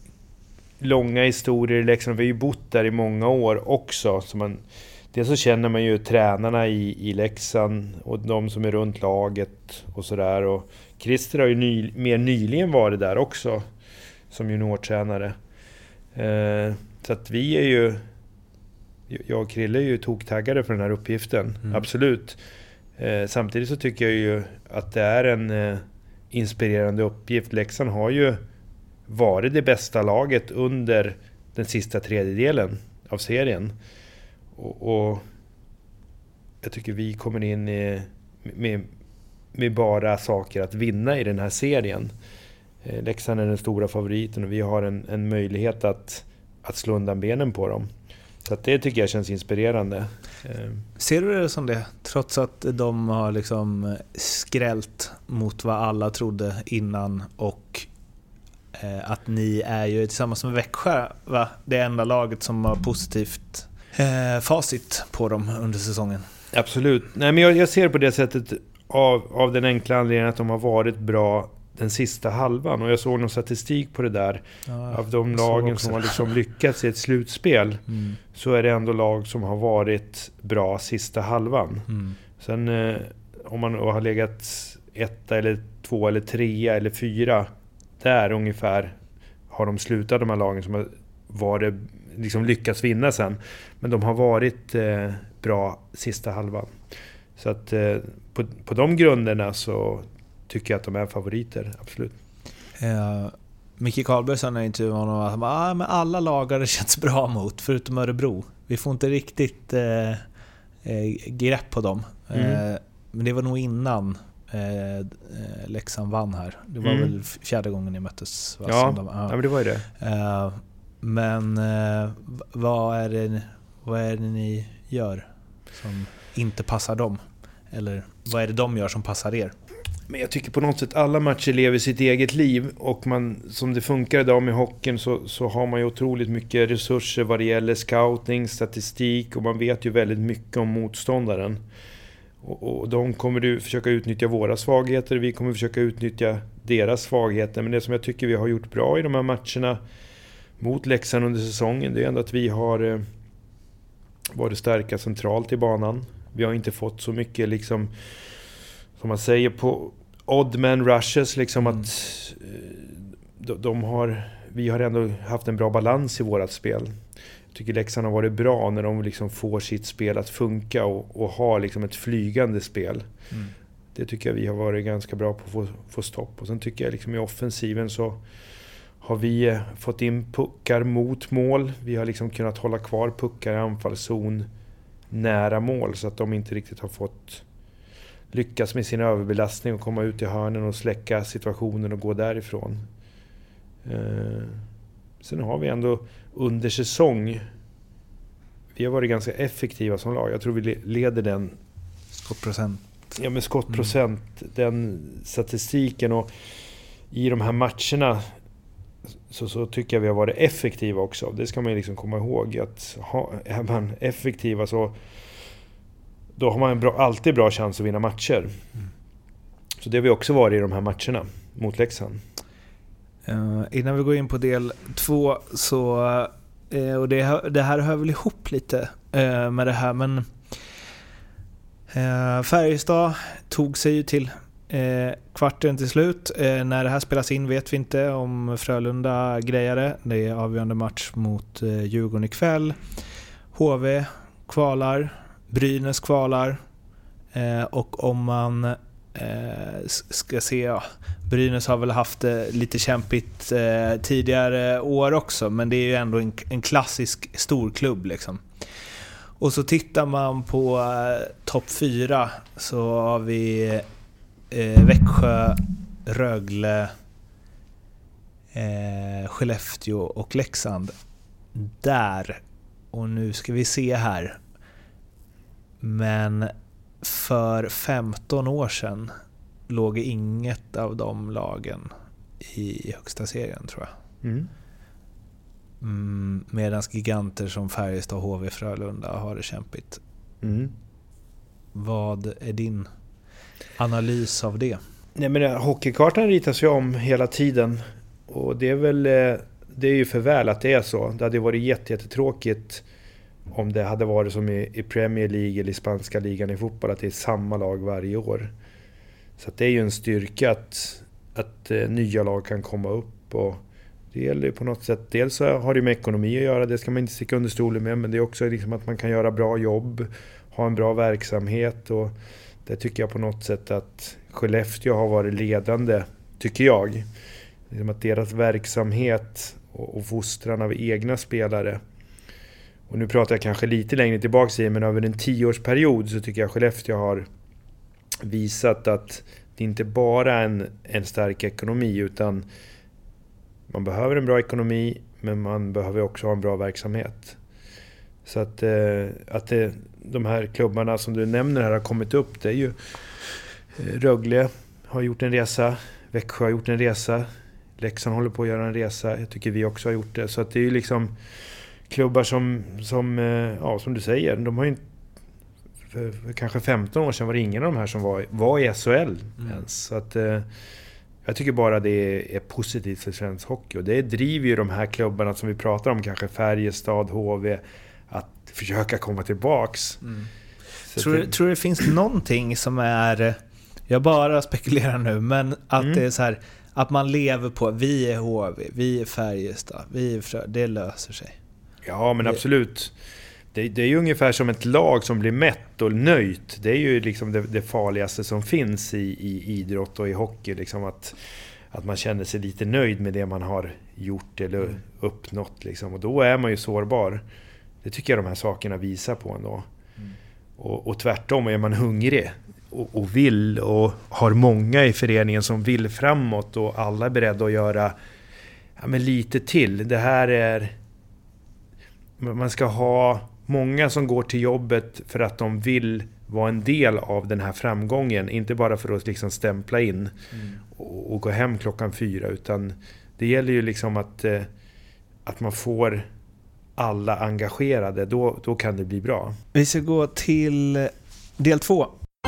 långa historier i Leksand. Vi har ju bott där i många år också. Så man, dels så känner man ju tränarna i, i Leksand och de som är runt laget och sådär. Och Christer har ju ny, mer nyligen varit där också som juniortränare. Eh, så att vi är ju... Jag och Krille är ju toktaggade för den här uppgiften. Mm. Absolut. Eh, samtidigt så tycker jag ju att det är en eh, inspirerande uppgift. Leksand har ju varit det bästa laget under den sista tredjedelen av serien. Och, och jag tycker vi kommer in i, med, med bara saker att vinna i den här serien. Eh, Leksand är den stora favoriten och vi har en, en möjlighet att, att slå undan benen på dem. Så att det tycker jag känns inspirerande. Ser du det som det? Trots att de har liksom skrällt mot vad alla trodde innan och eh, att ni är ju tillsammans med Växjö, va? Det enda laget som har positivt eh, facit på dem under säsongen. Absolut. Nej, men jag, jag ser på det sättet av, av den enkla anledningen att de har varit bra den sista halvan. Och jag såg någon statistik på det där. Ja, av de lagen som har liksom lyckats i ett slutspel mm. så är det ändå lag som har varit bra sista halvan. Mm. Sen eh, om man har legat ett eller två eller tre eller fyra, där ungefär har de slutat, de här lagen som har varit, liksom lyckats vinna sen. Men de har varit eh, bra sista halvan. Så att eh, på, på de grunderna så tycker jag att de är favoriter, absolut. Uh, Micke Karlberg sa när jag intervjuade honom att ah, men alla lag har det känts bra mot, förutom Örebro. Vi får inte riktigt uh, uh, grepp på dem. Mm. Uh, men det var nog innan uh, Leksand vann här. Det var mm. väl fjärde gången ni möttes. Ja, de, uh. ja, men det var ju det. Uh, men uh, vad, är det, vad är det ni gör som inte passar dem? Eller vad är det de gör som passar er? Men jag tycker på något sätt alla matcher lever sitt eget liv, och man, som det funkar idag med hockeyn så, så har man ju otroligt mycket resurser vad det gäller scouting, statistik, och man vet ju väldigt mycket om motståndaren. Och, och de kommer du försöka utnyttja våra svagheter, vi kommer försöka utnyttja deras svagheter. Men det som jag tycker vi har gjort bra i de här matcherna mot Leksand under säsongen, det är ändå att vi har eh, varit starka centralt i banan. Vi har inte fått så mycket liksom, som man säger på odd man rushes, liksom mm. att de, de har, vi har ändå haft en bra balans i vårat spel. Jag tycker Leksand har varit bra när de liksom får sitt spel att funka och, och har liksom ett flygande spel. Mm. Det tycker jag vi har varit ganska bra på att få, få stopp. Och sen tycker jag liksom i offensiven så har vi fått in puckar mot mål. Vi har liksom kunnat hålla kvar puckar i anfallszon nära mål, så att de inte riktigt har fått lyckas med sin överbelastning och komma ut i hörnen och släcka situationen och gå därifrån. Eh, sen har vi ändå under säsong, vi har varit ganska effektiva som lag. Jag tror vi leder den skottprocent. Ja, men skottprocent, mm. den statistiken, och i de här matcherna så, så tycker jag vi har varit effektiva också. Det ska man ju liksom komma ihåg, att ha, är man effektiva så då har man en bra, alltid bra chans att vinna matcher. Mm. Så det har vi också varit i de här matcherna mot Leksand. Uh, innan vi går in på del två så uh, och det, det här hör väl ihop lite uh, med det här, men uh, Färjestad tog sig ju till uh, kvarten till slut. Uh, när det här spelas in vet vi inte om Frölunda grejade. Det är avgörande match mot uh, Djurgården ikväll. H V kvalar, Brynäs kvalar, uh, och om man uh, ska se, ja, Brynäs har väl haft eh, lite kämpigt eh, tidigare år också, men det är ju ändå en, en klassisk storklubb liksom. Och så tittar man på eh, topp fyra, så har vi eh, Växjö, Rögle, eh, Skellefteå och Leksand där. Och nu ska vi se här. Men för femton år sedan låg inget av de lagen i högsta serien, tror jag. Mm. Mm, Medan giganter som Färjestad, H V, Frölunda har det kämpigt. Mm. Vad är din analys av det? Nej, men hockeykartan ritas ju om hela tiden. Och det är väl det är ju för väl att det är så. Det hade varit jättetråkigt om det hade varit som i, i Premier League eller i spanska ligan i fotboll, att det är samma lag varje år. Så att det är ju en styrka att, att eh, nya lag kan komma upp, och det gäller ju på något sätt. Dels så har det med ekonomi att göra, det ska man inte sticka under stolen med, men det är också liksom att man kan göra bra jobb, ha en bra verksamhet, och det tycker jag på något sätt att Skellefteå har varit ledande, tycker jag. Liksom att deras verksamhet och, och fostran av egna spelare, och nu pratar jag kanske lite längre tillbaka i, men över en tioårsperiod så tycker jag Skellefteå har visat att det inte bara är en, en stark ekonomi, utan man behöver en bra ekonomi, men man behöver också ha en bra verksamhet. Så att, eh, att det, de här klubbarna som du nämner här har kommit upp, det är ju eh, Rögle har gjort en resa, Växjö har gjort en resa, Leksand håller på att göra en resa, jag tycker vi också har gjort det. Så att det är ju liksom klubbar som, som, eh, ja, som du säger, de har ju inte, för, för kanske femton år sedan var det ingen av de här som var, var i S H L mm. ens. Så att, eh, jag tycker bara det är, är positivt för svensk hockey, och det driver ju de här klubbarna som vi pratar om, kanske Färjestad, H V, att försöka komma tillbaks. Mm. Tror, det, tror det finns någonting som är, jag bara spekulerar nu, men att mm. det är så här, att man lever på, vi är H V, vi är Färjestad, vi är Frö, det löser sig. Ja, men det, absolut. Det, det är ju ungefär som ett lag som blir mätt och nöjt. Det är ju liksom det, det farligaste som finns i, i idrott och i hockey. Liksom att, att man känner sig lite nöjd med det man har gjort eller mm. uppnått. Liksom. Och då är man ju sårbar. Det tycker jag de här sakerna visar på ändå. Mm. Och, och tvärtom, är man hungrig och, och vill och har många i föreningen som vill framåt och alla är beredda att göra ja, men lite till. Det här är... Man ska ha många som går till jobbet för att de vill vara en del av den här framgången. Inte bara för att liksom stämpla in mm. och, och gå hem klockan fyra. Utan det gäller ju liksom att, eh, att man får alla engagerade. Då, då kan det bli bra. Vi ska gå till del två.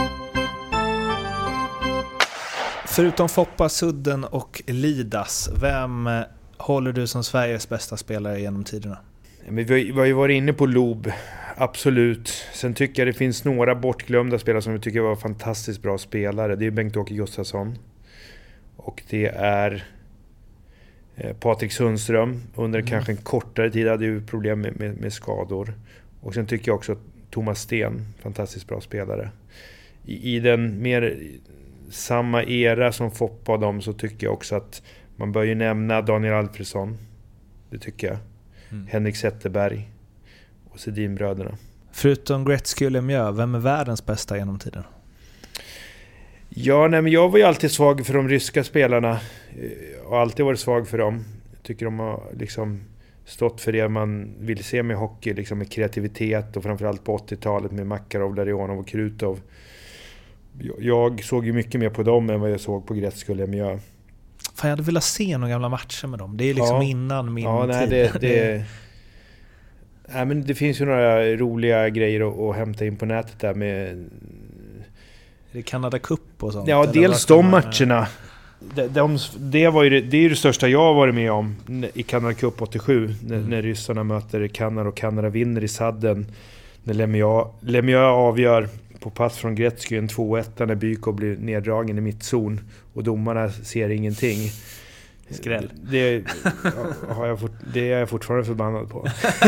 Förutom Foppa, Sudden och Lidas, vem håller du som Sveriges bästa spelare genom tiderna? Vi har ju varit inne på Lob, absolut. Sen tycker jag det finns några bortglömda spelare som vi tycker var fantastiskt bra spelare. Det är Bengt-Åke Gustafsson. Och det är Patrik Sundström. Under mm. kanske en kortare tid hade ju problem med, med, med skador. Och sen tycker jag också Thomas Sten, fantastiskt bra spelare. I, i den mer samma era som Foppa dem, så tycker jag också att man bör ju nämna Daniel Alfredsson. Det tycker jag. Mm. Henrik Zetterberg och Sedinbröderna. Förutom Gretzky och Lemieux, vem är världens bästa genom tiden? Ja, nej, men jag var ju alltid svag för de ryska spelarna och alltid varit svag för dem. Jag tycker de har liksom stått för det man vill se med hockey, liksom med kreativitet, och framförallt på åttiotalet med Makarov, Larionov och Krutov. Jag såg ju mycket mer på dem än vad jag såg på Gretzky och Lemieux. Fan, jag hade velat se några gamla matcher med dem. Det är liksom ja. innan min ja, nej, tid. Det, det, nej, men det finns ju några roliga grejer att, att hämta in på nätet där med... Är det Canada Cup och sånt? Ja, dels de matcherna. De, de, det, var ju det, det är ju det största jag har varit med om i Canada Cup åttiosju. När, mm. när ryssarna möter Kanada och Kanada vinner i sadden. När Lemieux, Lemieux avgör på pass från Gretzky en två ett när Bykov blir neddragen i mittzon och domarna ser ingenting. Skräll. Det, har jag fort, det är jag fortfarande förbannad på.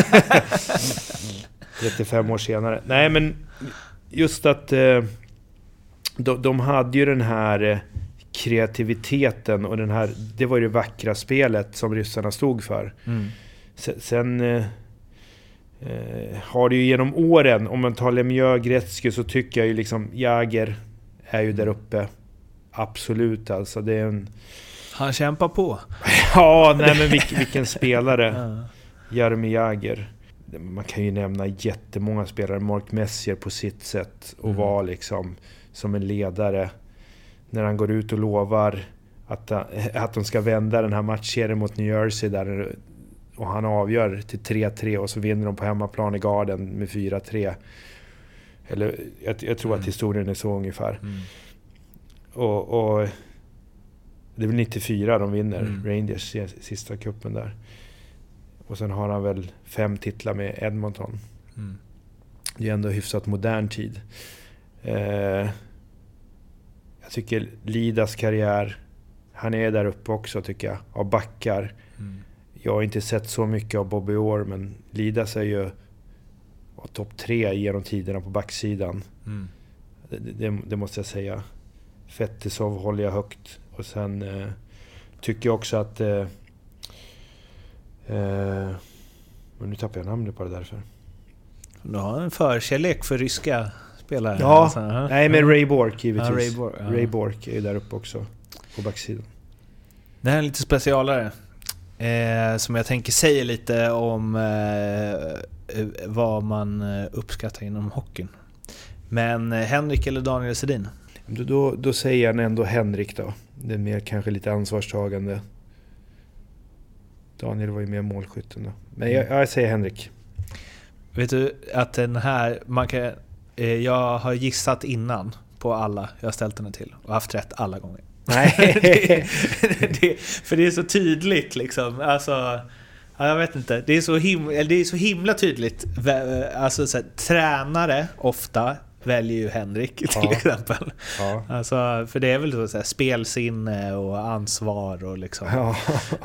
trettiofem år senare. Nej, men just att eh, de, de hade ju den här eh, kreativiteten och den här, det var ju det vackra spelet som ryssarna stod för. Mm. Sen, sen eh, Eh, har det ju genom åren, om man tar Lemieux, Gretzky, så tycker jag ju liksom Jäger är ju där uppe. Absolut, alltså det är en... Han kämpar på. Ja, nej men vilken, vilken spelare. Jaromir Jäger. Man kan ju nämna jättemånga spelare. Mark Messier på sitt sätt och mm. var liksom som en ledare. När han går ut och lovar att, att de ska vända den här matchserien mot New Jersey där, och han avgör till tre tre och så vinner de på hemmaplan i Garden med fyra tre. Eller jag, jag tror mm. att historien är så ungefär. Mm. Och, och det är väl nittiofyra de vinner mm. Rangers i sista kuppen där. Och sen har han väl fem titlar med Edmonton. Mm. Det är ändå hyfsat modern tid. Eh, jag tycker Lidas karriär, han är där uppe också tycker jag, av backar. Mm. Jag har inte sett så mycket av Bobby Orr, men Lidas är ju topp tre genom tiderna på backsidan. Mm. Det, det, det måste jag säga. Fetisov håller jag högt. Och sen eh, tycker jag också att... Eh, eh, men nu tappar jag namnet på det därför. Du har en förkärlek för ryska spelare. Ja, alltså, uh-huh. nej men Ray Bork givetvis. Ja, Ray, Bork, ja. Ray Bork är där uppe också på backsidan. Det här är lite specialare. Eh, som jag tänker säga lite om eh, vad man uppskattar inom hockeyn. Men Henrik eller Daniel Sedin? Då, då, då säger jag ändå Henrik då. Det är mer kanske lite ansvarstagande. Daniel var ju mer målskytten då. Men jag, jag säger Henrik. Vet du att den här... Man kan, jag har gissat innan på alla jag har ställt den till och haft rätt alla gånger. Nej. det, det, för det är så tydligt liksom. Alltså, ja, jag vet inte. Det är så himla, det är så himla tydligt. Alltså så här, tränare ofta väljer ju Henrik till ja. exempel. Ja. Alltså, för det är väl så, så här, spelsinne och ansvar och liksom. Ja.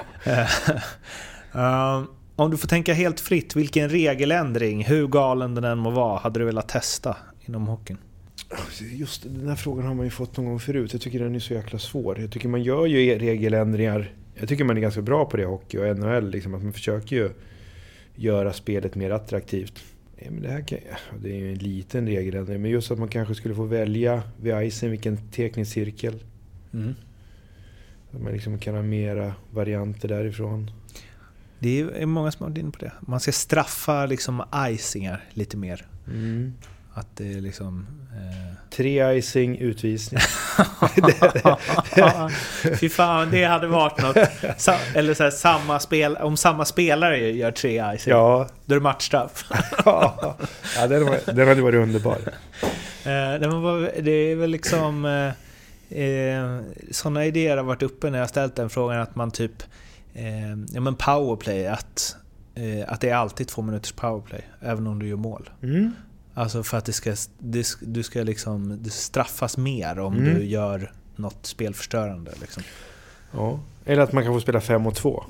um, om du får tänka helt fritt, vilken regeländring, hur galen den än må vara, hade du velat testa inom hockeyn? Just den här frågan har man ju fått någon gång förut. Jag tycker den är så jäkla svår. Jag tycker man gör ju regeländringar. Jag tycker man är ganska bra på det i hockey och N H L. Liksom, att man försöker ju göra spelet mer attraktivt. Ja, men det här kan, det är ju en liten regeländring. Men just att man kanske skulle få välja vid isen vilken teknisk-cirkel. Mm. Att man liksom kan ha mera varianter därifrån. Det är många som har varit inne på det. Man ska straffa liksom icingar lite mer. Mm. Att det är liksom... Eh... Tre icing, utvisning. Fy fan, det hade varit något. Sa- eller så här, samma spel, om samma spelare gör tre icing, ja. Då är det matchstraff. Ja, den, var, den hade varit underbar. Eh, det är väl liksom... Eh, eh, sådana idéer har varit uppe när jag ställt den frågan, att man typ... Eh, ja, men powerplay, att, eh, att det är alltid två minuters powerplay, även om du gör mål. Mm. Alltså för att det ska, det, du ska liksom, det straffas mer om mm. du gör något spelförstörande liksom. Ja, eller att man kan få spela fem och två.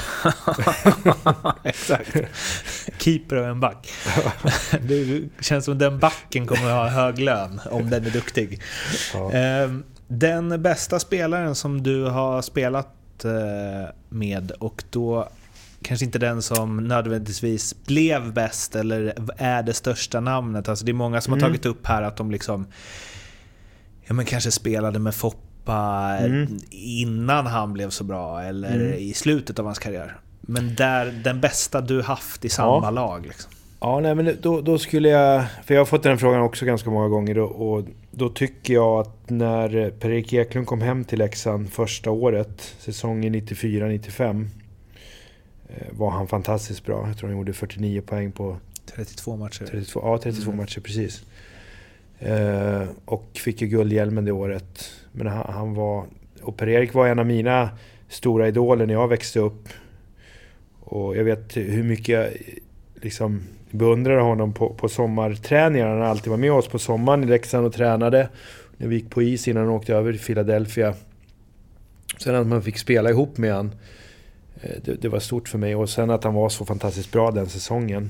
Exakt. Keeper och en back. Det känns som den backen kommer att ha hög lön om den är duktig. Ja. Den bästa spelaren som du har spelat med, och då kanske inte den som nödvändigtvis blev bäst eller är det största namnet. Alltså det är många som mm. har tagit upp här att de liksom, ja, men kanske spelade med Foppa mm. innan han blev så bra eller mm. i slutet av hans karriär. Men där den bästa du haft i samma ja. lag liksom. Ja, nej, men då, då skulle jag, för jag har fått den frågan också ganska många gånger, och, och då tycker jag att när Per-Erik Eklund kom hem till Leksand första året, säsongen nittiofyra nittiofem, var han fantastiskt bra. Jag tror han gjorde fyrtionio poäng på trettiotvå matcher. trettiotvå, ja, trettiotvå mm. matcher, precis. Eh, och fick ju guldhjälmen det året. Men han, han var... Och Per-Erik var en av mina stora idoler när jag växte upp. Och jag vet hur mycket jag liksom beundrade honom på, på sommarträningar. Han alltid var med oss på sommaren i Leksand och tränade. När vi gick på is innan han åkte över till Philadelphia. Sen att man fick spela ihop med han. Det, det var stort för mig. Och sen att han var så fantastiskt bra den säsongen.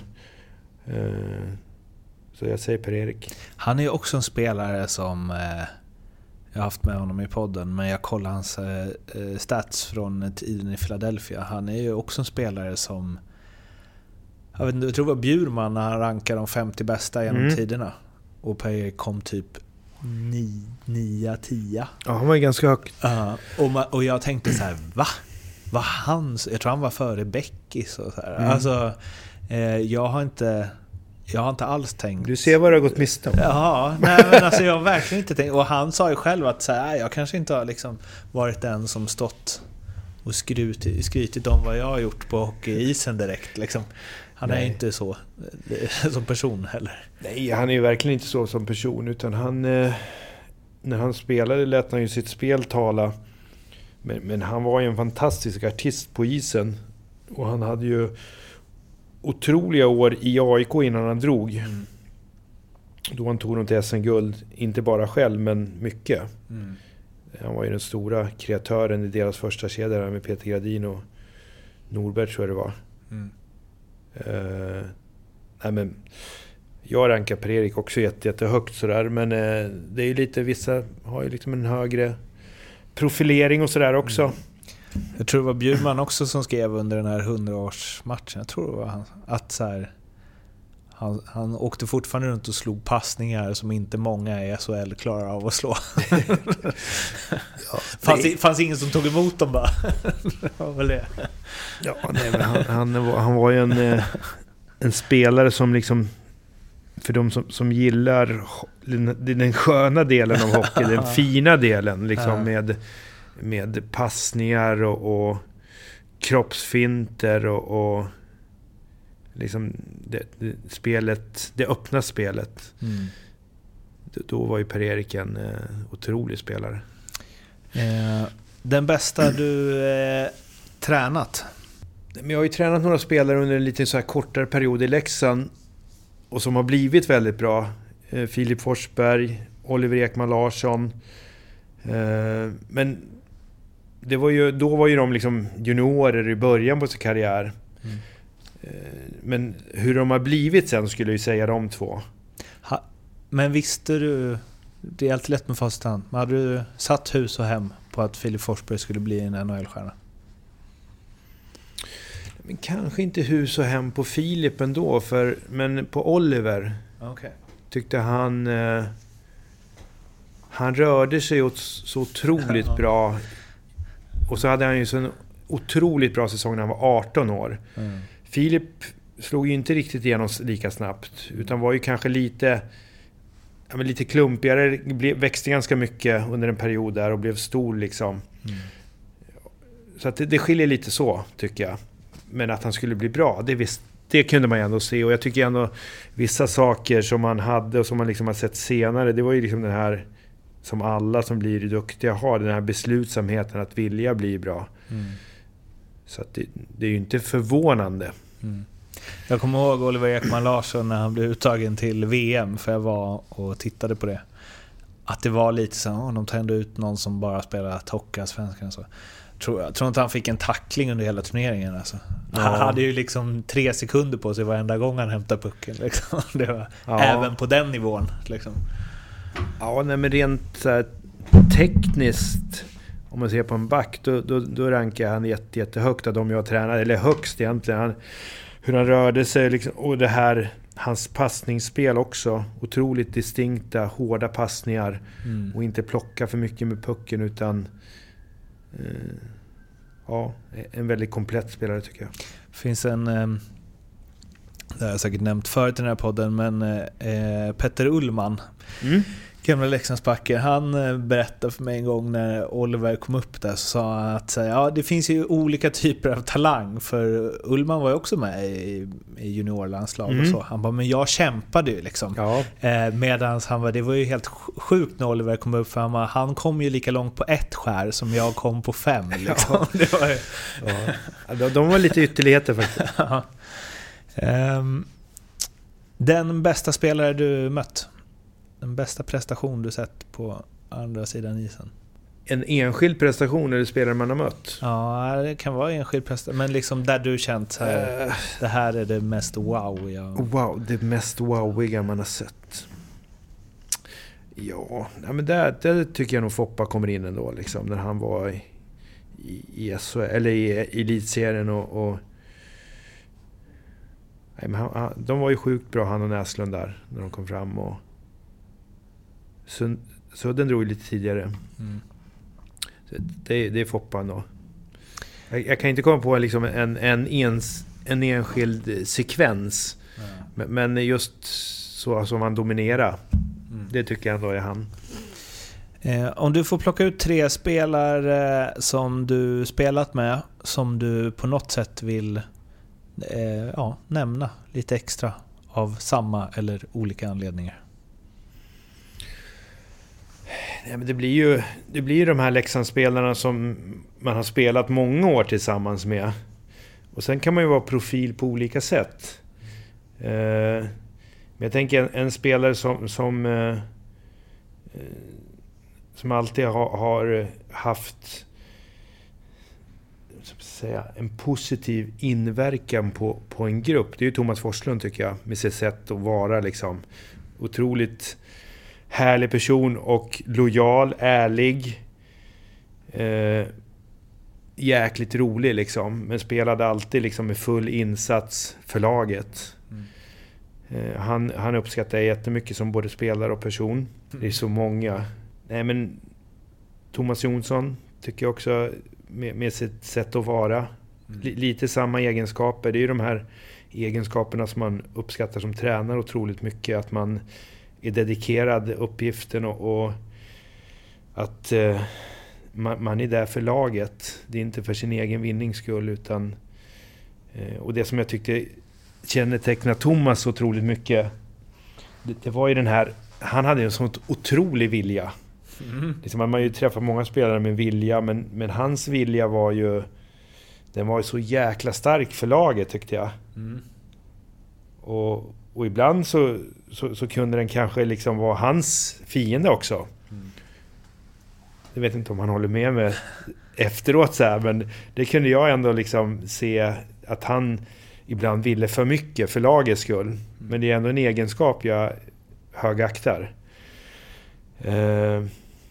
Så jag säger Per-Erik. Han är ju också en spelare som jag har haft med honom i podden, men jag kollar hans stats från tiden i Philadelphia. Han är ju också en spelare som, jag vet inte, jag tror det var Bjurman när han rankade de femtio bästa genom mm. tiderna. Och Per-Erik kom typ nio tio. Ja, han var ganska högt. Uh, och, man, och jag tänkte så här, va? Var han, jag tror han var före Beckis och så här. Mm. Alltså, eh, jag har inte jag har inte alls tänkt. Du ser vad du har gått miste om. Ja, nej, men alltså jag har verkligen inte tänkt. Och han sa ju själv att så här, jag kanske inte har liksom varit den som stått och skrytit, skrytit om vad jag har gjort på hockeyisen direkt liksom. Han nej. är inte så som person heller. Nej, han är ju verkligen inte så som person, utan han eh, när han spelade lät han ju sitt spel tala. Men, men han var ju en fantastisk artist på isen. Och han hade ju otroliga år i A I K innan han drog. Mm. Då han tog dem till S M-guld. Inte bara själv, men mycket. Mm. Han var ju den stora kreatören i deras första kedja med Peter Gradin och Norberg, tror jag det var. Mm. Uh, nej, men jag rankar Per-Erik också jätte, jättehögt sådär. Men uh, det är ju lite, vissa har ju liksom en högre profilering och sådär också. Mm. Jag tror det var Bjurman också som skrev under den här hundraårsmatchen. Jag tror det var han. Att så här, han, han åkte fortfarande runt och slog passningar som inte många i S H L klarar av att slå. Ja, fanns, det fanns ingen som tog emot dem bara. Det var väl det. Ja, nej, men han, han, var, han var ju en, en spelare som liksom, för de som, som gillar den, den sköna delen av hockey, den fina delen liksom, med, med passningar och, och kroppsfinter och, och liksom det, det, spelet, det öppna spelet. Mm. Då var ju Per-Erik en eh, otrolig spelare. Eh, den bästa du eh, tränat? Men jag har ju tränat några spelare under en lite så här kortare period i Leksand och som har blivit väldigt bra. Eh, Filip Forsberg, Oliver Ekman Larsson. Eh, men det var ju, då var ju de liksom juniorer i början på sin karriär. Mm. Eh, men hur de har blivit sen skulle jag ju säga de två. Ha, men visste du, det är alltid lätt med fast hand, men hade du satt hus och hem på att Filip Forsberg skulle bli en N H L-stjärna? Men kanske inte hus och hem på Filip ändå, för, men på Oliver okay. Tyckte han eh, han rörde sig åt så otroligt bra, och så hade han ju så en otroligt bra säsong när han var arton år. Mm. Filip slog ju inte riktigt igenom lika snabbt, utan var ju kanske lite ja, men lite klumpigare, växte ganska mycket under en period där och blev stor liksom. Mm. Så att det, det skiljer lite så, tycker jag. Men att han skulle bli bra, det, visst, det kunde man ju ändå se. Och jag tycker ändå vissa saker som man hade och som man liksom har sett senare, det var ju liksom den här som alla som blir duktiga har, den här beslutsamheten att vilja bli bra. Mm. Så att det, det är ju inte förvånande. Mm. Jag kommer ihåg Oliver Ekman Larsson när han blev uttagen till V M, för jag var och tittade på det. Att det var lite så att de tände ut någon som bara spelar hockey, svenskan så. Tror jag tror inte han fick en tackling under hela turneringen alltså. Ja. Han hade ju liksom tre sekunder på sig varenda gång han hämtade pucken liksom. Det var ja. Även på den nivån liksom. Ja, nej, men rent så här, tekniskt om man ser på en back då, då, då rankar han jätte, jättehögt av de jag tränade, eller högst egentligen. Han, hur han rörde sig liksom, och det här hans passningsspel också, otroligt distinkta, hårda passningar mm. och inte plocka för mycket med pucken utan Uh, ja, en väldigt komplett spelare tycker jag. Finns en um, det har jag säkert nämnt förut i den här podden, men uh, Petter Ullman mm. gamla Leksandsbacken, han uh, berättade för mig en gång när Oliver kom upp där, så sa han att ja, det finns ju olika typer av talang, för Ullman var ju också med i, i juniorlandslag mm. och så. Han bara, men jag kämpade ju liksom. Ja. Eh, medans han var, det var ju helt sjukt när Oliver kom upp, för han, var, han kom ju lika långt på ett skär som jag kom på fem liksom. Ja. Det var ju... ja. de, de var lite ytterligheter faktiskt. Ja. Um, den bästa spelare du mött? Den bästa prestation du sett på andra sidan isen? En enskild prestation eller spelare man har mött? Ja, det kan vara enskild prestation, men liksom där du känt så här, uh, det här är det mest wow. Ja. Wow, det mest wowiga man har sett. Ja, ja men där, där tycker jag nog Foppa kommer in ändå liksom, när han var i, i, i S H L eller i, i elitserien och, och nej, men han, de var ju sjukt bra, han och Näslund där när de kom fram, och Sudden drog ju lite tidigare. Mm. Så det, det är Foppan då. Jag, jag kan inte komma på liksom en, en, ens, en enskild sekvens. Mm. Men, men just så som han dominerar. Mm. Det tycker jag ändå är han. Eh, om du får plocka ut tre spelare som du spelat med, som du på något sätt vill eh, ja, nämna lite extra av samma eller olika anledningar. Ja, men det blir ju det blir ju de här Leksandsspelarna som man har spelat många år tillsammans med. Och sen kan man ju vara profil på olika sätt. Eh, men jag tänker en, en spelare som som, eh, som alltid har, har haft så att säga, en positiv inverkan på, på en grupp. Det är ju Thomas Forslund tycker jag, med sitt sätt att vara liksom otroligt härlig person och lojal, ärlig, eh, jäkligt rolig liksom, men spelade alltid liksom med full insats för laget. Mm. Eh, han, han uppskattar jättemycket som både spelare och person. Mm. Det är så många. Nej, men Thomas Jonsson tycker jag också med, med sitt sätt att vara. Mm. L- lite samma egenskaper. Det är ju de här egenskaperna som man uppskattar som tränare otroligt mycket. Att man är dedikerad uppgiften och, och att eh, man, man är där för laget. Det är inte för sin egen vinnings skull, utan eh, och det som jag tyckte kännetecknar Thomas otroligt mycket, det, det var ju den här, han hade en sån otrolig vilja. Mm. Liksom, man har ju träffat många spelare med vilja, men, men hans vilja var ju, den var ju så jäkla stark för laget, tyckte jag. Mm. Och, och ibland så, så, så kunde den kanske liksom vara hans fiende också. Mm. Jag vet inte om han håller med mig efteråt så här, men det kunde jag ändå liksom se att han ibland ville för mycket för lagets skull. Mm. Men det är ändå en egenskap jag högaktar. Uh,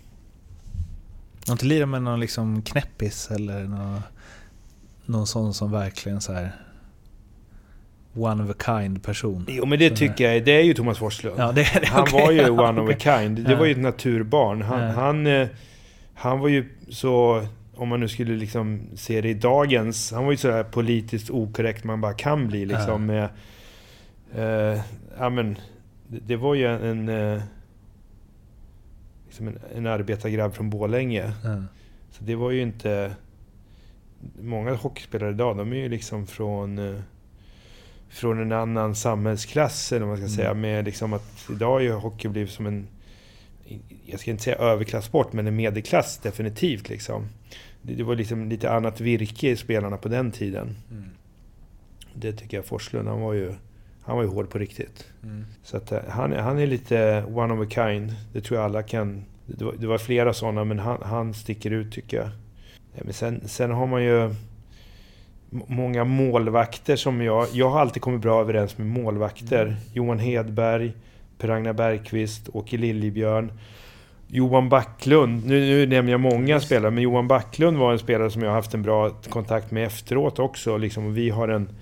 Har inte lirat med någon liksom knäppis eller någon, någon sån som verkligen så här one of a kind person? Jo, men det så tycker jag, det är ju Thomas Forslund. Ja, det är det. Han okay. var ju one okay. of a kind. Det ja. var ju ett naturbarn. Han, ja. han, han var ju så, om man nu skulle liksom se det i dagens, han var ju så här politiskt okorrekt man bara kan bli liksom. Ja. Med, uh, ja, men det, det var ju en, en liksom en, en arbetargrabb från Borlänge. Mm. Så det var ju inte, många hockeyspelare idag, de är ju liksom från från en annan samhällsklass, eller vad man ska mm. säga, med liksom att idag är ju hockey blivit som en, jag ska inte säga överklasssport, men en medelklass definitivt liksom. Det, det var liksom lite annat virke i spelarna på den tiden. Mm. Det tycker jag Forslund, han var ju Han var ju hård på riktigt. Mm. Så att, han, han är lite one of a kind. Det tror jag alla kan. Det var, det var flera sådana, men han, han sticker ut, tycker jag. Ja, men sen, sen har man ju många målvakter som jag... Jag har alltid kommit bra överens med målvakter. Mm. Johan Hedberg, Per-Ragnar Bergqvist, Åke Liljebjörn, Johan Backlund. Nu, nu nämner jag många spelare, men Johan Backlund var en spelare som jag har haft en bra kontakt med efteråt också. Liksom, vi har en...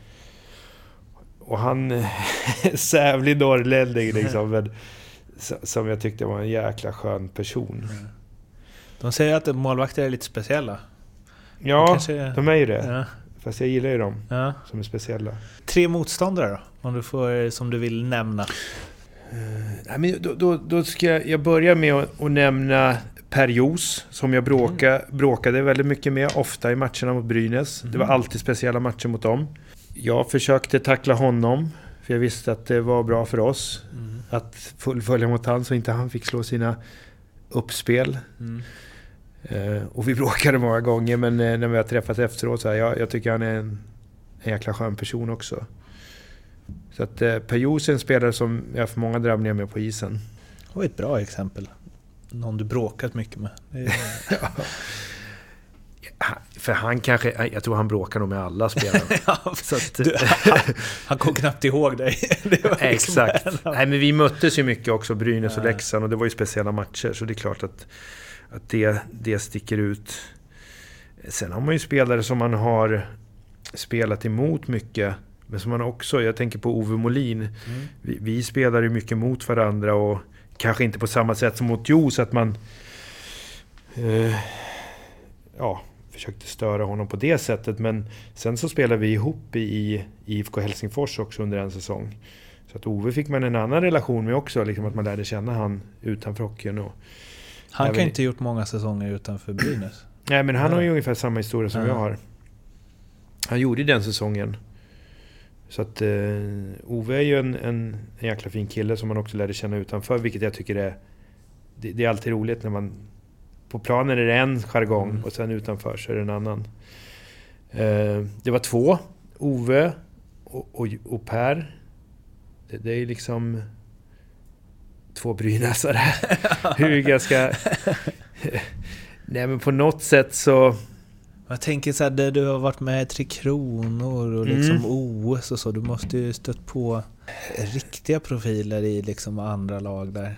Och han sävlig norrlänning liksom, men som jag tyckte var en jäkla skön person. Mm. De säger att målvakter är lite speciella. Ja, kanske... de är ju det. Ja. Fast jag gillar ju dem ja. som är speciella. Tre motståndare då, om du får, som du vill nämna. Uh, men då, då, då ska jag börja med att, att nämna Per Jos, som jag bråka, mm. bråkade väldigt mycket med, ofta i matcherna mot Brynäs. Mm. Det var alltid speciella matcher mot dem. Jag försökte tackla honom, för jag visste att det var bra för oss mm. att fullfölja mot han, så inte han fick slå sina uppspel. Mm. Uh, och vi bråkade många gånger, men uh, när vi har träffats efteråt så här, jag, jag tycker han är en, en jäkla skön person också. Så att uh, Per Jos är en spelare som jag har för många drabbningar med på isen. Det var ett bra exempel. Någon du bråkat mycket med. Är... För han kanske, jag tror han bråkar nog med alla spelare. ja, så att, du, han, han kom knappt ihåg dig. Det var exakt. Liksom, nej, men vi möttes ju mycket också, Brynäs och Leksand, och det var ju speciella matcher, så det är klart att, att det, det sticker ut. Sen har man ju spelare som man har spelat emot mycket, men som man också, jag tänker på Ove Molin. Mm. Vi, vi spelar ju mycket mot varandra, och kanske inte på samma sätt som mot Jo, så att man eh, ja, försökte störa honom på det sättet, men sen så spelade vi ihop i, i I F K Helsingfors också under en säsong. Så att Ove fick man en annan relation med också, liksom att man lärde känna han utanför hockeyn. Och han kan även... inte gjort många säsonger utanför Brynäs. Nej, men han har ju ungefär samma historia som ja. jag har. Han gjorde den säsongen. Så att uh, Ove är ju en, en, en jäkla fin kille som man också lärde känna utanför, vilket jag tycker är det, det är alltid roligt när man på planen är det en jargong mm. och sen utanför så är det en annan. Uh, det var två, Ove och, och, och Per. Det, det är ju liksom två brynäsare. Hur jag ska... Nej, men på något sätt så... Jag tänker så här, där du har varit med i Tre Kronor och liksom mm. O S och så, du måste ju stött på riktiga profiler i liksom andra lag där.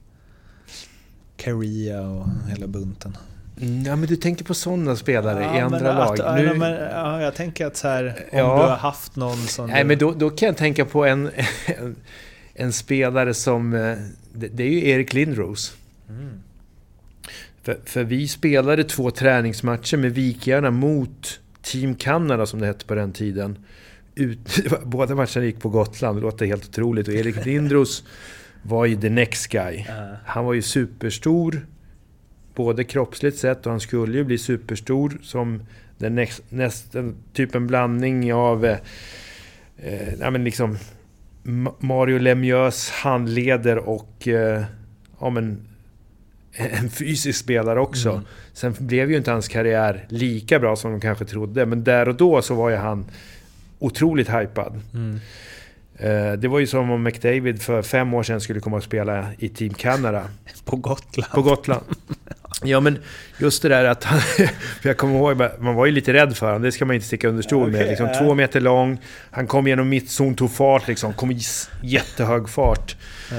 Korea och hela bunten. Mm, ja, men du tänker på sådana spelare ja, i andra lag. Att, nu... ja, men, ja, jag tänker att så här, om ja. du har haft någon som... Nej, du... men då, då kan jag tänka på en, en, en spelare som... Det, det är ju Erik Lindros. Mm. För, för vi spelade två träningsmatcher med Vikingarna mot Team Kanada, som det hette på den tiden, ut, båda matcherna gick på Gotland, det låter helt otroligt. Och Erik Lindros var ju the next guy. Uh. Han var ju superstor, både kroppsligt sett, och han skulle ju bli superstor som den näst, nästan typ en blandning av eh, eh, ja, men liksom Mario Lemieux handleder och eh, ja, men en fysisk spelare också. Mm. Sen blev ju inte hans karriär lika bra som de kanske trodde, men där och då så var ju han otroligt hypad. Mm. Eh, det var ju som om McDavid för fem år sedan skulle komma och spela i Team Canada. På Gotland. På Gotland. Ja, men just det där att han, för jag kommer ihåg, man var ju lite rädd för honom, det ska man inte sticka under stol med. Liksom, två meter lång, han kom genom mittzon, tog fart, liksom, kom i jättehög fart.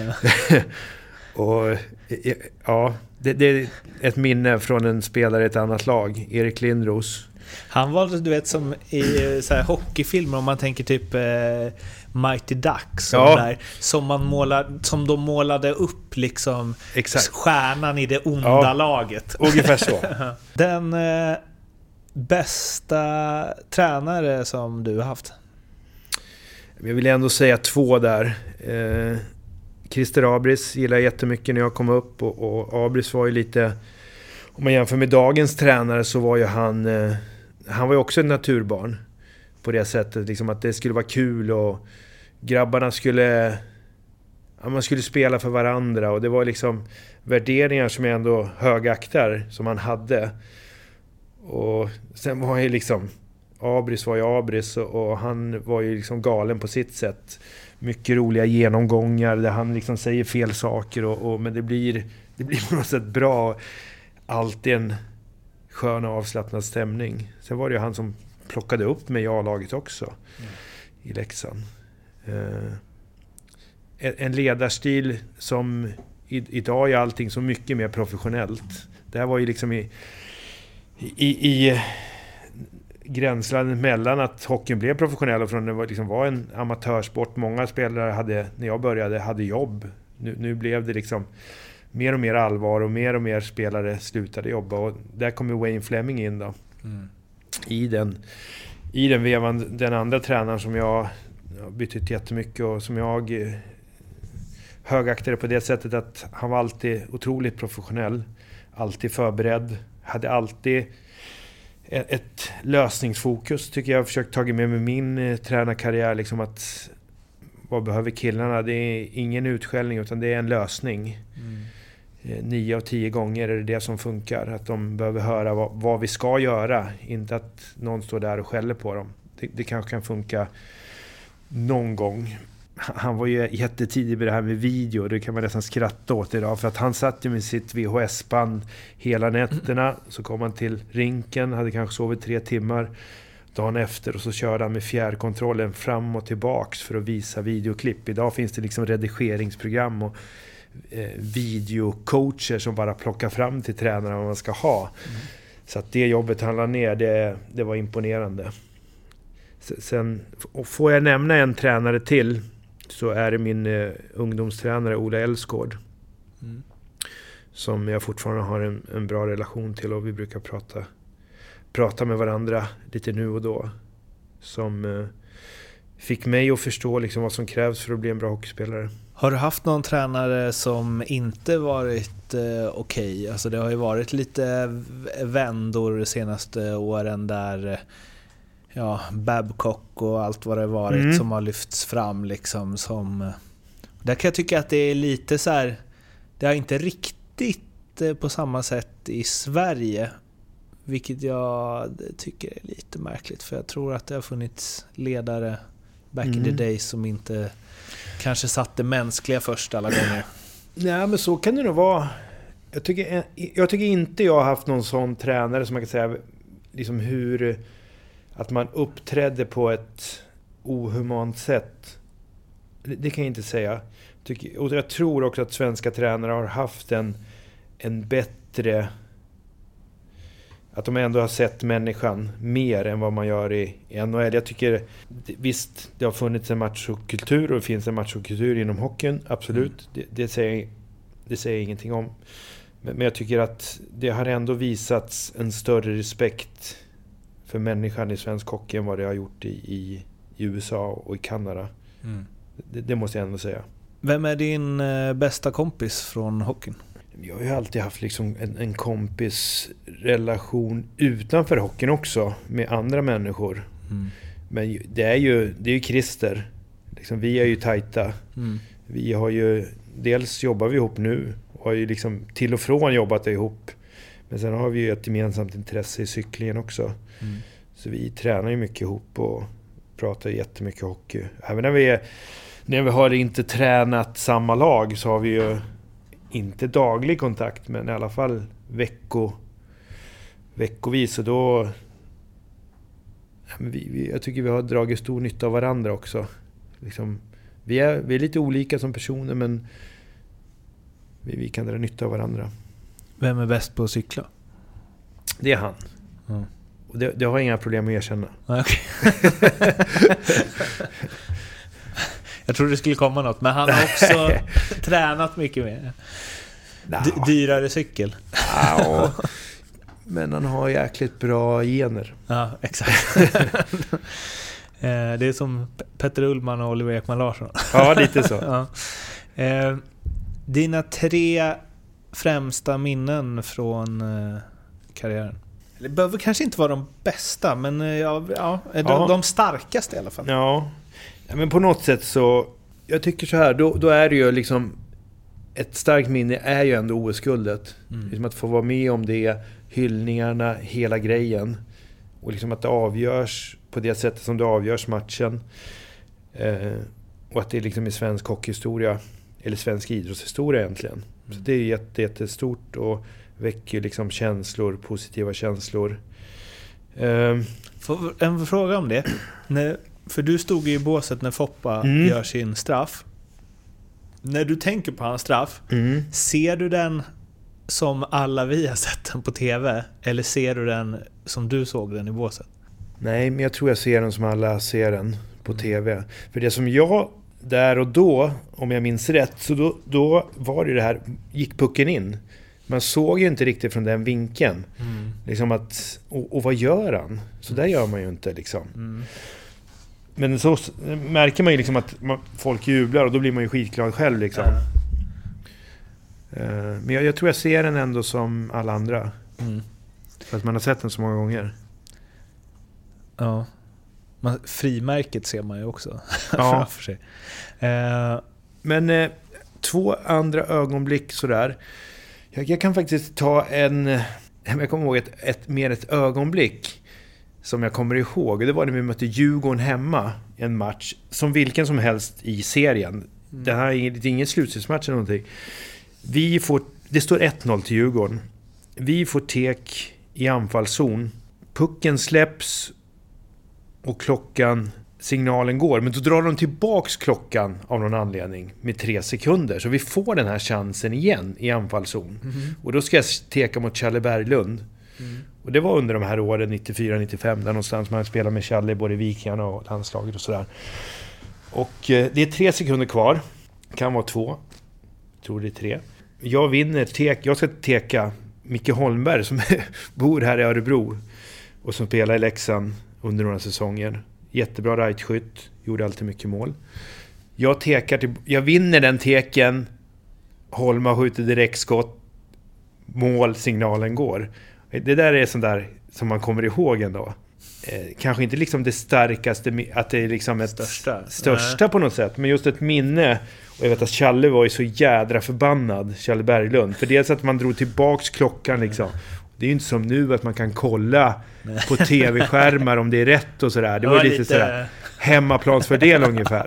Och ja, det, det är ett minne från en spelare i ett annat lag, Erik Lindros. Han var, du vet, som i så här hockeyfilmer, om man tänker typ eh, Mighty Ducks, ja. Där, som man målar, som de målade upp liksom. Exakt. Stjärnan i det onda, ja. Laget. Ungefär så. Den eh, bästa tränare som du har haft? Jag vill ändå säga två där. Eh, Christer Abris gillar jag jättemycket när jag kom upp, och, och Abris var ju lite, om man jämför med dagens tränare, så var ju han eh, han var ju också ett naturbarn på det sättet, liksom att det skulle vara kul och grabbarna skulle, ja, man skulle spela för varandra, och det var liksom värderingar som jag ändå högaktar som han hade. Och sen var ju liksom Abris var ju Abris, och, och han var ju liksom galen på sitt sätt. Mycket roliga genomgångar där han liksom säger fel saker, och, och, men det blir, det blir på något sätt bra. Alltid en skön och avslappnad stämning. Sen var det ju han som plockade upp mig i A-laget också, mm. i Leksand. Eh, en ledarstil som i, idag är allting så mycket mer professionellt. Det här var ju liksom i, i, i gränslandet mellan att hockeyn blev professionell och från det var, liksom var en amatörsport. Många spelare hade, när jag började, hade jobb. Nu, nu blev det liksom mer och mer allvar, och mer och mer spelare slutade jobba, och där kommer Wayne Fleming in då. Mm. I den i den vevan, den andra tränaren som jag har bytt jättemycket, och som jag eh, högaktade på det sättet att han var alltid otroligt professionell, alltid förberedd, hade alltid ett, ett lösningsfokus, tycker jag har försökt ta med mig min eh, tränarkarriär, liksom att vad behöver killarna? Det är ingen utskällning, utan det är en lösning. Mm. Nio av tio gånger är det det som funkar. Att de behöver höra vad, vad vi ska göra. Inte att någon står där och skäller på dem. Det, det kanske kan funka någon gång. Han var ju jättetidig med det här med video. Det kan man nästan skratta åt idag. För att han satt ju med sitt V H S-band hela nätterna. Så kom han till rinken. Hade kanske sovit tre timmar dagen efter, och så körde han med fjärrkontrollen fram och tillbaks för att visa videoklipp. Idag finns det liksom redigeringsprogram och eh, videocoacher som bara plockar fram till tränarna vad man ska ha. Mm. Så att det jobbet han la ner, det, det var imponerande. Sen, och får jag nämna en tränare till, så är det min eh, ungdomstränare Ola Elfsgård. Mm. Som jag fortfarande har en, en bra relation till, och vi brukar prata prata med varandra lite nu och då, som eh, fick mig att förstå liksom vad som krävs för att bli en bra hockeyspelare. Har du haft någon tränare som inte varit eh, okej? Okay? Alltså det har ju varit lite vändor de senaste åren där ja, Babcock och allt vad det varit mm. som har lyfts fram liksom som, där kan jag tycka att det är lite så här, det har inte riktigt på samma sätt i Sverige. Vilket jag tycker är lite märkligt, för jag tror att det har funnits ledare back mm. in the days som inte kanske satte mänskliga först alla gånger. Nej, men så kan det nog vara. Jag tycker, jag tycker inte jag har haft någon sån tränare som man kan säga liksom hur att man uppträdde på ett ohumant sätt. Det, det kan jag inte säga. Tycker, och jag tror också att svenska tränare har haft en, en bättre, att de ändå har sett människan mer än vad man gör i N H L. Jag tycker, visst, det har funnits en machokultur och det finns en machokultur inom hockeyn, absolut. Mm. Det, det, säger, det säger jag ingenting om. Men, men jag tycker att det har ändå visats en större respekt för människan i svensk hockey än vad det har gjort i, i, i U S A och i Kanada. Mm. Det, det måste jag ändå säga. Vem är din eh, bästa kompis från hockeyn? Jag har ju alltid haft liksom en, en kompisrelation utanför hockeyn också med andra människor. Mm. Men det är ju, det är ju Christer. Liksom, vi är ju tajta. Mm. Vi har ju, dels jobbar vi ihop nu och har ju liksom till och från jobbat ihop. Men sen har vi ju ett gemensamt intresse i cyklingen också. Mm. Så vi tränar ju mycket ihop och pratar jättemycket hockey. Även när vi, är, när vi har inte tränat samma lag så har vi ju inte daglig kontakt, men i alla fall vecko, veckovis. Och då, vi, vi, jag tycker vi har dragit stor nytta av varandra också. Liksom, vi, är, vi är lite olika som personer, men vi, vi kan dra nytta av varandra. Vem är bäst på att cykla? Det är han. Mm. Och det, det har jag inga problem med att erkänna. Okay. Jag trodde det skulle komma något, men han har också tränat mycket mer. D- dyrare cykel. Ja, men han har jäkligt bra gener. Ja, exakt. Det är som Petter Ullman och Oliver Ekman Larsson. Ja, lite så. Ja. Dina tre främsta minnen från karriären? Det behöver kanske inte vara de bästa, men ja, ja, de, ja. de starkaste i alla fall. Ja. Ja, men på något sätt så, jag tycker så här, då, då är det ju liksom, ett starkt minne är ju ändå O S-guldet. Mm. Liksom att få vara med om det, hyllningarna, hela grejen. Och liksom att det avgörs på det sättet som det avgörs matchen. Eh, och att det liksom är svensk hockeyhistoria, eller svensk idrottshistoria egentligen. Mm. Så det är jätte, jättestort och väcker liksom känslor, positiva känslor. Eh, en fråga om det. När, för du stod i båset när Foppa mm. gör sin straff. När du tänker på hans straff, mm. ser du den som alla vi har sett den på tv, eller ser du den som du såg den i båset? Nej, men jag tror jag ser den som alla ser den på tv. För det som jag där och då, om jag minns rätt, så då, då var det det här, gick pucken in. Man såg ju inte riktigt från den vinkeln. Mm. Liksom att, och, och vad gör han? Så där gör man ju inte liksom. Mm. Men så märker man ju liksom att man, folk jublar och då blir man ju skitglad själv liksom. Mm. Men jag, jag tror jag ser den ändå som alla andra. Mm. För att man har sett den så många gånger. Ja. Man, frimärket ser man ju också. Ja. för sig. Uh. Men eh, två andra ögonblick sådär. Jag, jag kan faktiskt ta en... Jag kommer ihåg ett, ett, mer ett ögonblick som jag kommer ihåg. Det var när vi mötte Djurgården hemma i en match. Som vilken som helst i serien. Mm. Det här är ingen slutspelsmatch eller någonting. Vi får, det står ett noll till Djurgården. Vi får tek i anfallszon. Pucken släpps och klockan, signalen går. Men då drar de tillbaks klockan av någon anledning med tre sekunder. Så vi får den här chansen igen i anfallszon. Mm. Och då ska jag teka mot Challe Berglund. Mm. Och det var under de här åren nittiofyra nittiofem där någonstans man spelar med Challe både i Vikingarna och landslaget och sådär. Och eh, det är tre sekunder kvar. Kan vara två. Jag tror det är tre. Jag vinner tek. Jag ska teka Micke Holmberg som bor här i Örebro och som spelar i Leksand under några säsonger. Jättebra rightskytt. Gjorde alltid mycket mål. Jag tekar till, jag vinner den teken. Holma skjuter direktskott. Mål, signalen går. Det där är sånt där som man kommer ihåg ändå. Eh, kanske inte liksom det starkaste, att det är liksom ett största, största på något sätt, men just ett minne. Och jag vet att Challe var ju så jädra förbannad, Challe Berglund. För dels att man drog tillbaks klockan liksom. Det är ju inte som nu att man kan kolla på tv-skärmar om det är rätt och sådär. Det var, det var lite, lite sådär hemmaplansfördel ungefär.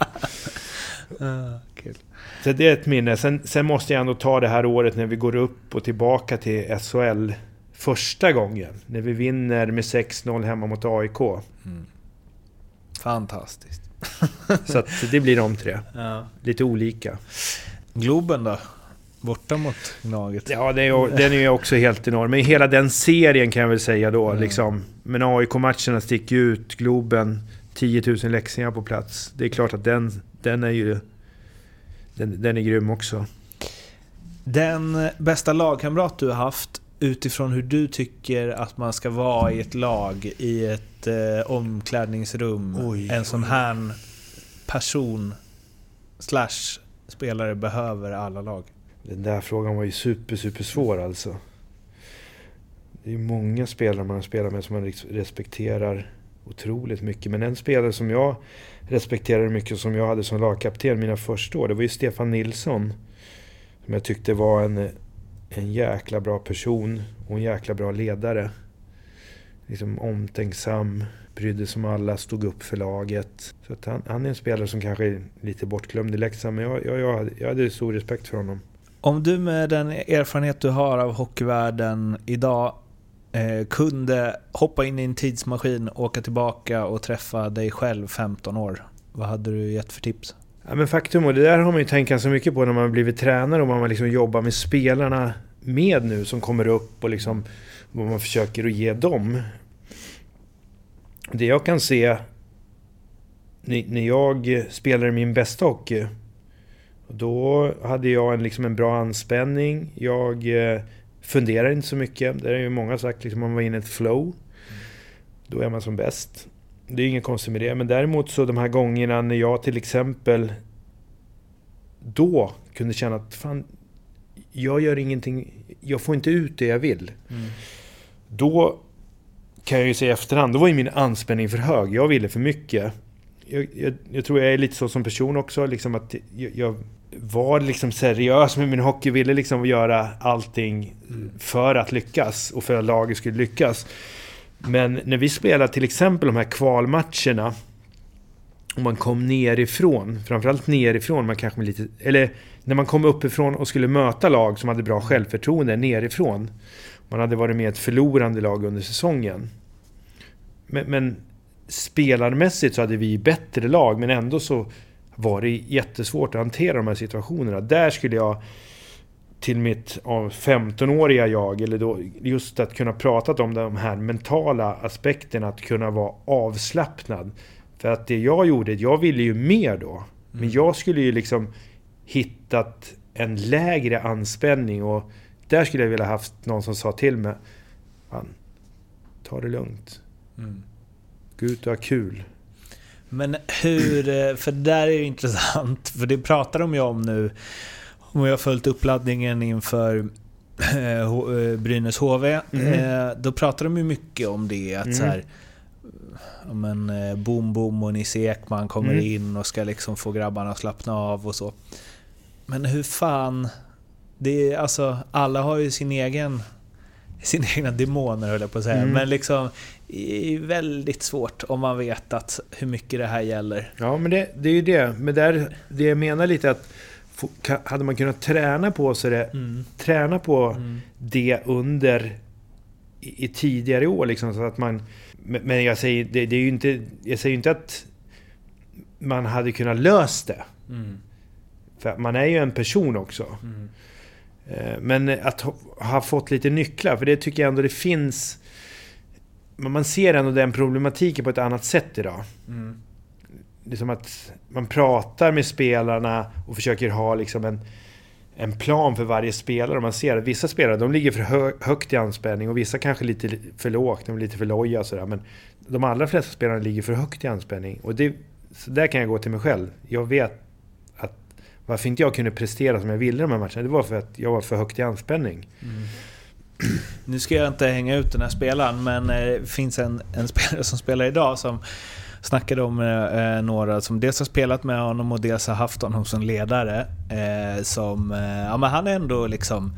Uh, cool. Så det är ett minne. Sen, sen måste jag ändå ta det här året när vi går upp och tillbaka till S H L första gången. När vi vinner med sex noll hemma mot A I K. Mm. Fantastiskt. Så att det blir de tre. Ja. Lite olika. Globen då? Borta mot Gnaget. Ja, det är, den är ju också helt enorm. Men hela den serien kan jag väl säga då. Mm. Liksom. Men A I K-matcherna sticker ut. Globen, tio tusen läxingar på plats. Det är klart att den, den är ju... Den, den är grym också. Den bästa lagkamrat du har haft utifrån hur du tycker att man ska vara i ett lag, i ett eh, omklädningsrum, oj, en sån här person slash spelare behöver alla lag? Den där frågan var ju super, super svår alltså. Det är många spelare man spelar med som man respekterar otroligt mycket. Men en spelare som jag respekterade mycket, som jag hade som lagkapten mina första år, det var ju Stefan Nilsson. Som jag tyckte var en, en jäkla bra person och en jäkla bra ledare. Liksom omtänksam, brydde sig om alla, stod upp för laget. Så att han, han är en spelare som kanske är lite bortglömd i Leksand, men jag, jag, jag, hade, jag hade stor respekt för honom. Om du med den erfarenhet du har av hockeyvärlden idag eh, kunde hoppa in i en tidsmaskin, åka tillbaka och träffa dig själv femton år, vad hade du gett för tips? Ja, men faktum, och det där har man ju tänkt ganska mycket på när man har blivit tränare och man liksom jobbar med spelarna med nu som kommer upp och liksom vad man försöker att ge dem. Det jag kan se när jag spelade min bästa hockey, då hade jag en, liksom en bra anspänning. Jag eh, funderar inte så mycket. Det är ju många sagt, liksom, man var inne i ett flow. Mm. Då är man som bäst. Det är inget konstigt med det. Men däremot så de här gångerna när jag till exempel då kunde känna att fan, jag gör ingenting, jag får inte ut det jag vill. Mm. Då kan jag ju säga i efterhand, då var ju min anspänning för hög. Jag ville för mycket. Jag, jag, jag tror jag är lite så som person också, liksom att jag, jag var liksom seriös med min hockey, ville liksom göra allting för att lyckas och för att laget skulle lyckas. Men när vi spelade till exempel de här kvalmatcherna och man kom nerifrån, framförallt nerifrån, man kanske lite, eller när man kom uppifrån och skulle möta lag som hade bra självförtroende nerifrån. Man hade varit med ett förlorande lag under säsongen. Men, men spelarmässigt så hade vi bättre lag, men ändå så var det jättesvårt att hantera de här situationerna. Där skulle jag till mitt femtonåriga jag, eller då just att kunna prata om de här mentala aspekterna, att kunna vara avslappnad. För att det jag gjorde, jag ville ju mer då. Men mm. jag skulle ju liksom hittat en lägre anspänning, och där skulle jag vilja haft någon som sa till mig, fan, ta det lugnt. Mm. Gå ut och ha kul. Men hur, för det där är ju intressant, för det pratar de ju om nu, om jag har följt uppladdningen inför eh, Brynäs H V, mm. eh, då pratar de ju mycket om det, att mm. så här, men eh, Boom Boom och Nisse Ekman kommer mm. in och ska liksom få grabbarna att slappna av och så. Men hur fan, det är, alltså, alla har ju sin egen sina egna demoner, höll jag på att säga. Mm. Men liksom, det är väldigt svårt om man vet att hur mycket det här gäller. Ja, men det, det är ju det. Men där, det jag menar lite att hade man kunnat träna på så det, mm. träna på mm. det under i, i tidigare år liksom, så att man, men jag säger det, det är ju inte, jag säger inte att man hade kunnat lösa det. Mm. För man är ju en person också. Mm. Men att ha, ha fått lite nycklar, för det tycker jag ändå det finns, man ser ändå den problematiken på ett annat sätt idag. Mm. Det är som att man pratar med spelarna och försöker ha liksom en, en plan för varje spelare, och man ser att vissa spelare, de ligger för hö, högt i anspänning och vissa kanske lite för lågt, de är lite för loja och sådär, men de allra flesta spelarna ligger för högt i anspänning, och det, så där kan jag gå till mig själv. Jag vet att varför inte jag kunde prestera som jag ville i de här matcherna, det var för att jag var för högt i anspänning. Mm. Nu ska jag inte hänga ut den här spelaren, men det finns en, en spelare som spelar idag som snackade om eh, några som dels har spelat med honom och dels har haft honom som ledare, eh, som eh, ja, men han är ändå liksom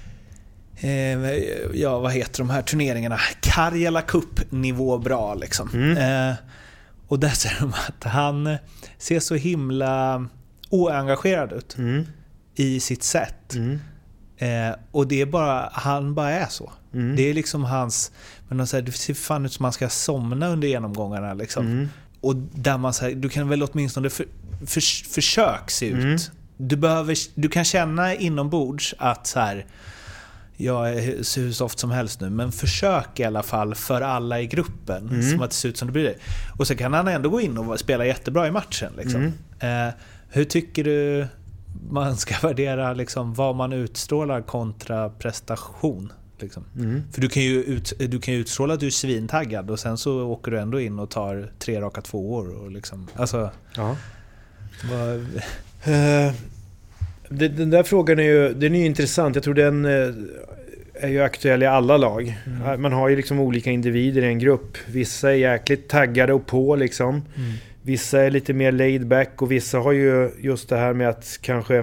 eh, ja, vad heter de här turneringarna, Karjala Cup nivå bra liksom. Mm. Eh, och där ser de att han ser så himla oengagerad ut mm. i sitt sätt. Mm. Eh, och det är bara, han bara är så. Mm. Det är liksom hans, men de säger, det ser fan ut som man ska somna under genomgångarna liksom. Mm. Och där man säger, du kan väl åtminstone för, för, försök se ut. Mm. Du behöver, du kan känna inombords att så här, jag ser hur soft som helst nu, men försök i alla fall för alla i gruppen mm. som att det ser ut som du bryr dig. Och så kan han ändå gå in och spela jättebra i matchen liksom. Mm. Eh, hur tycker du man ska värdera liksom vad man utstrålar kontra prestation? Liksom. Mm. För du kan, ju ut, du kan ju utstråla att du är svintaggad och sen så åker du ändå in och tar tre raka tvåor. Och liksom, alltså, Ja. vad... Uh, det, den där frågan är ju, den är ju intressant. Jag tror den uh, är ju aktuell i alla lag. Mm. Man har ju liksom olika individer i en grupp. Vissa är jäkligt taggade och på liksom. Mm. Vissa är lite mer laid back och vissa har ju just det här med att kanske,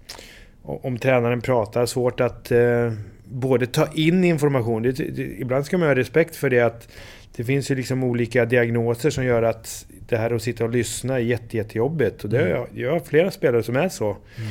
om tränaren pratar, svårt att uh, både ta in information. Det, det, ibland ska man ha respekt för det, att det finns ju liksom olika diagnoser som gör att det här att sitta och lyssna är jätte, jättejobbigt. Och det mm. jag, jag har flera spelare som är så. Mm.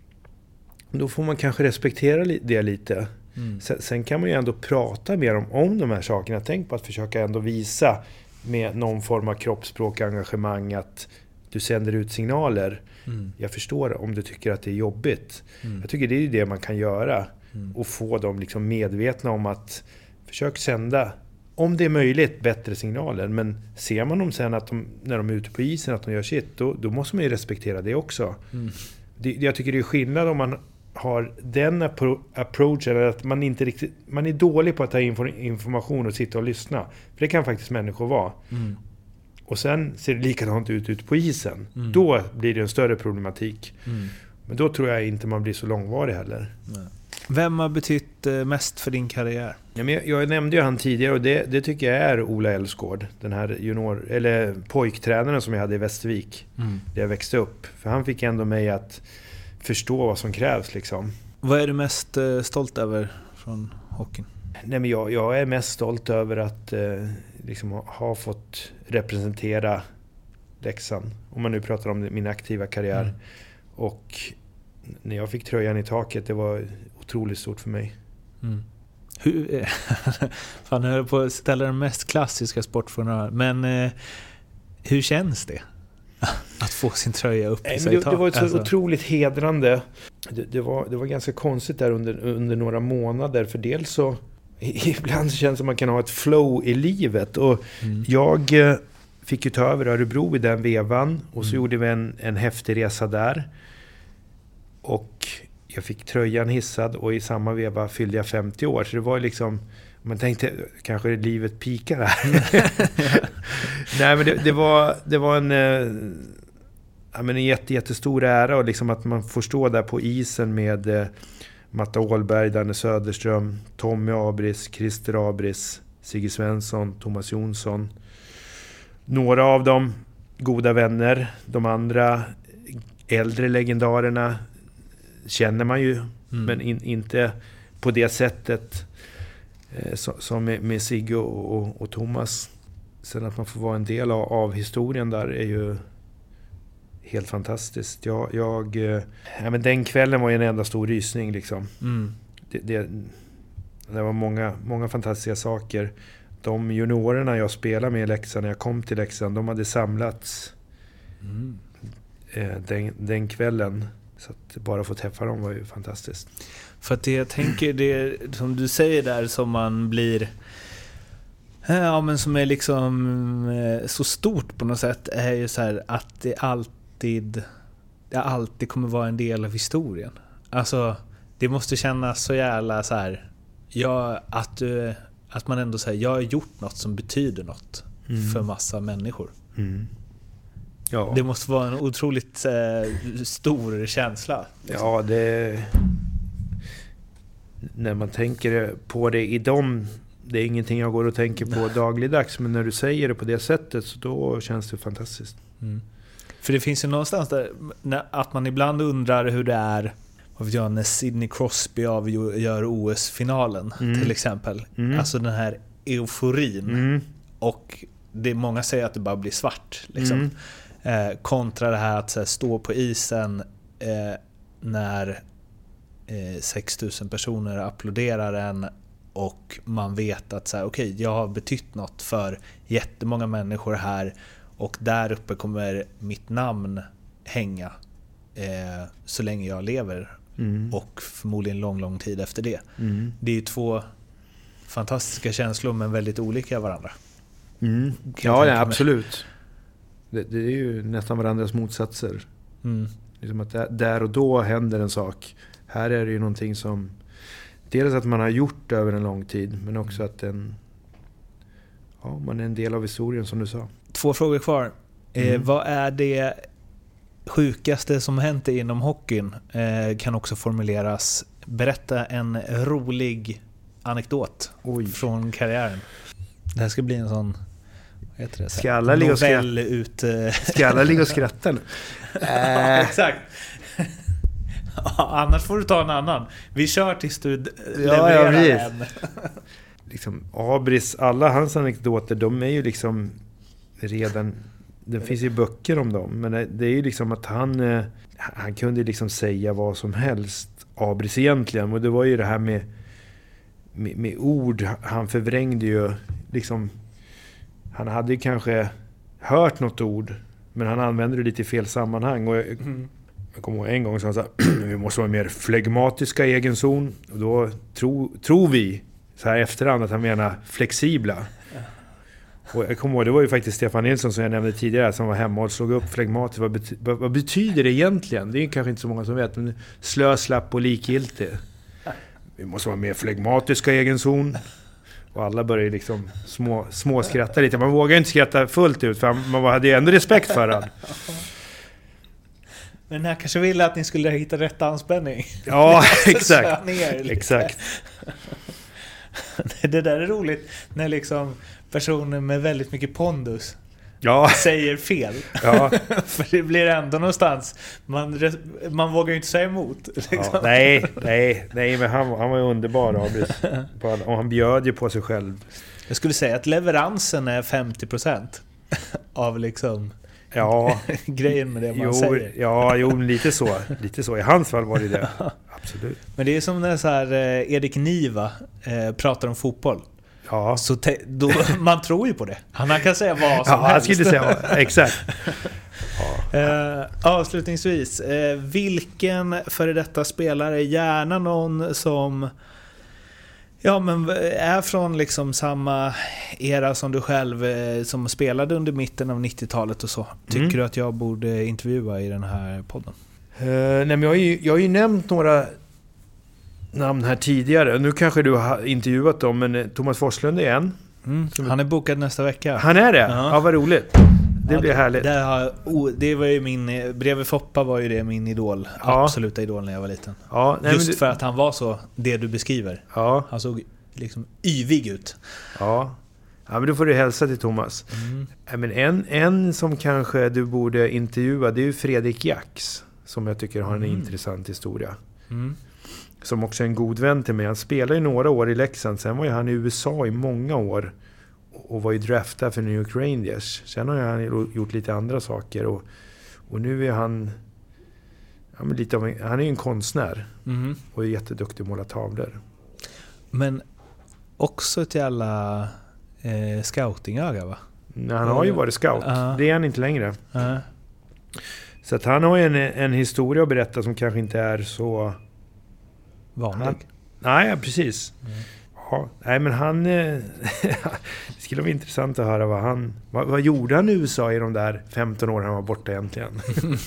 Då får man kanske respektera det lite. Mm. Sen, sen kan man ju ändå prata mer om, om de här sakerna. Tänk på att försöka ändå visa med någon form av kroppsspråk, engagemang, att du sänder ut signaler. Mm. Jag förstår om du tycker att det är jobbigt. Mm. Jag tycker det är det man kan göra. Mm. Och få dem liksom medvetna om att försök sända, om det är möjligt, bättre signaler. Men ser man dem sen att de, när de är ute på isen, att de gör shit, då, då måste man ju respektera det också. Mm. Det, jag tycker det är skillnad om man har den appro- approachen, eller att man inte riktigt, man är dålig på att ta information och sitta och lyssna. För det kan faktiskt människor vara. Mm. Och sen ser det likadant ut ute på isen. Mm. Då blir det en större problematik. Mm. Men då tror jag inte man blir så långvarig heller. Nej. Vem har betytt mest för din karriär? Ja, men jag, jag nämnde ju han tidigare, och det, det tycker jag är Ola Elfsgård. Den här junior, eller pojktränaren som jag hade i Västervik. Mm. Där jag växte upp. För han fick ändå mig att förstå vad som krävs liksom. Vad är du mest eh, stolt över från hockeyn? Nej, men jag, jag är mest stolt över att eh, liksom ha fått representera Leksand. Om man nu pratar om min aktiva karriär. Mm. Och när jag fick tröjan i taket, det var otroligt stort för mig. Mm. Hur, fan, jag höll på att ställa den mest klassiska sportfrågan. Men eh, hur känns det? Att få sin tröja upp i sig det, det var så alltså. otroligt hedrande. Det, det, var, det var ganska konstigt där under, under några månader. För dels så ibland så känns det som att man kan ha ett flow i livet. Och mm. jag eh, fick ju ta över Örebro i den vevan. Och så mm. gjorde vi en, en häftig resa där. Och jag fick tröjan hissad, och i samma veva fyllde jag femtio år. Så det var liksom, man tänkte, kanske livet pikar här. Nej, men det, det, var, det var en, ja, men en jätte, jättestor ära, och liksom att man får stå där på isen med eh, Matta Åhlberg, Danne Söderström, Tommy Abris, Christer Abris, Sigge Svensson, Thomas Jonsson. Några av dem goda vänner, de andra äldre legendarerna känner man ju, mm. men in, inte på det sättet eh, så, som med, med Sigge och, och, och Thomas. Sen att man får vara en del av, av historien där är ju helt fantastiskt. Jag, jag, eh, ja, men den kvällen var ju en enda stor rysning liksom. Mm. Det, det, det var många, många fantastiska saker. De juniorerna jag spelade med i Leksand, när jag kom till Leksand, de hade samlats mm. eh, den, den kvällen. Så att bara få träffa dem var ju fantastiskt. För att det jag tänker, det som du säger där, som man blir, ja, men som är liksom så stort på något sätt, är ju så här att det alltid det alltid kommer vara en del av historien. Alltså det måste kännas så jävla så här, ja, att du, att man ändå säger jag har gjort något som betyder något mm. för massa människor. Mm. Ja. Det måste vara en otroligt eh, stor känsla. Liksom. Ja, det, när man tänker på det i dem, det är ingenting jag går och tänker på dagligdags, men när du säger det på det sättet, så då känns det fantastiskt. Mm. För det finns ju någonstans där att man ibland undrar hur det är, vad vet jag, när Sidney Crosby avgör O S-finalen mm. till exempel. Mm. Alltså den här euforin. Mm. Och det, många säger att det bara blir svart liksom. Mm. Eh, kontra det här att så här, stå på isen eh, när eh, sex tusen personer applåderar en, och man vet att så här, okej, jag har betytt något för jättemånga människor här, och där uppe kommer mitt namn hänga eh, så länge jag lever mm. och förmodligen lång, lång tid efter det. Mm. Det är ju två fantastiska känslor, men väldigt olika varandra. Mm. Ja, ja, absolut. Det, det är ju nästan varandras motsatser. Mm. Liksom att där, där och då händer en sak. Här är det ju någonting som dels att man har gjort över en lång tid, men också att den, ja, man är en del av historien som du sa. Två frågor kvar. Mm. Eh, vad är det sjukaste som hänt inom hockeyn? Eh, kan också formuleras. Berätta en rolig anekdot Oj. från karriären. Det här ska bli en sån, vad heter det? Ska alla ligga och skratta? Ut, Ska alla ligga och skratta nu? Ja, exakt. Ja, annars får du ta en annan. Vi kör tills du levererar ja, ja, en. Liksom, Abris, alla hans anekdoter, de är ju liksom redan, det finns ju böcker om dem, men det är ju liksom att han han kunde liksom säga vad som helst, Abris egentligen, och det var ju det här med med, med ord, han förvrängde ju liksom, han hade ju kanske hört något ord, men han använde det lite i fel sammanhang, och jag, mm. jag kommer ihåg en gång så han sa vi måste vara mer flegmatiska i egen zon, och då tro, tror vi så här efterhand att han menar flexibla. Och jag kommer ihåg, det var ju faktiskt Stefan Nilsson som jag nämnde tidigare som var hemma och slog upp flegmatiskt. Vad, bety- vad, vad betyder det egentligen? Det är kanske inte så många som vet, men slö, slapp och likgiltig. Vi måste vara mer flegmatiska i egen zon. Och alla började liksom små, små skratta lite. Man vågar inte skratta fullt ut, för man hade ju ändå respekt för han. Men jag kanske ville att ni skulle hitta rätt anspänning. Ja, exakt. Exakt. Det där är roligt när liksom personer med väldigt mycket pondus ja. säger fel. Ja. För det blir ändå någonstans. Man, man vågar ju inte säga emot. Liksom. Ja, nej, nej, nej, men han, han var ju underbar. Och han bjöd ju på sig själv. Jag skulle säga att leveransen är femtio procent av liksom ja. grejen med det man jo, säger. Ja, jo, lite så. Lite så. I hans fall var det det. Absolut. Men det är som när så här, eh, Erik Niva eh, pratar om fotboll. Ja. Så te- då, man tror ju på det. Han kan säga vad som ja, helst. Han skulle säga exakt. Ja. Eh, avslutningsvis, eh, vilken före detta spelare, gärna någon som ja, men är från liksom samma era som du själv, eh, som spelade under mitten av nittiotalet och så, tycker mm. du att jag borde intervjua i den här podden? Uh, nej, men jag, har ju, jag har ju nämnt några namn här tidigare. Nu kanske du har intervjuat dem, men Thomas Forslund är en. Mm. Han är bokad nästa vecka. Han är det? Ja, ja vad roligt. Det ja, blir det, härligt. Det, har, oh, det var ju min, bredvid Foppa var ju det min idol. Ja. Absoluta idol när jag var liten. Ja, nej, Just du, för att han var så, det du beskriver. Ja. Han såg liksom yvig ut. Ja. Ja, men då får du hälsa till Thomas. Mm. Ja, men en, en som kanske du borde intervjua, det är ju Fredrik Jax. Som jag tycker har en mm. intressant historia. Mm. Som också är en god vän till mig. Han spelade ju några år i Leksand. Sen var ju han i U S A i många år. Och var ju draftad för New York Rangers. Sen har han gjort lite andra saker. Och, och nu är han... Ja, men lite av en, han är ju en konstnär. Mm. Och är jätteduktig att måla tavlor. Men också till alla eh, scoutingöga, va? Nej, han har ju varit scout. Uh. Det är han inte längre. Uh. Så att han har ju en, en historia att berätta som kanske inte är så... vanlig. Han, nej, precis. Mm. Ja, nej, men han... det skulle vara intressant att höra vad han... Vad, vad gjorde han i U S A i de där femton år han var borta egentligen?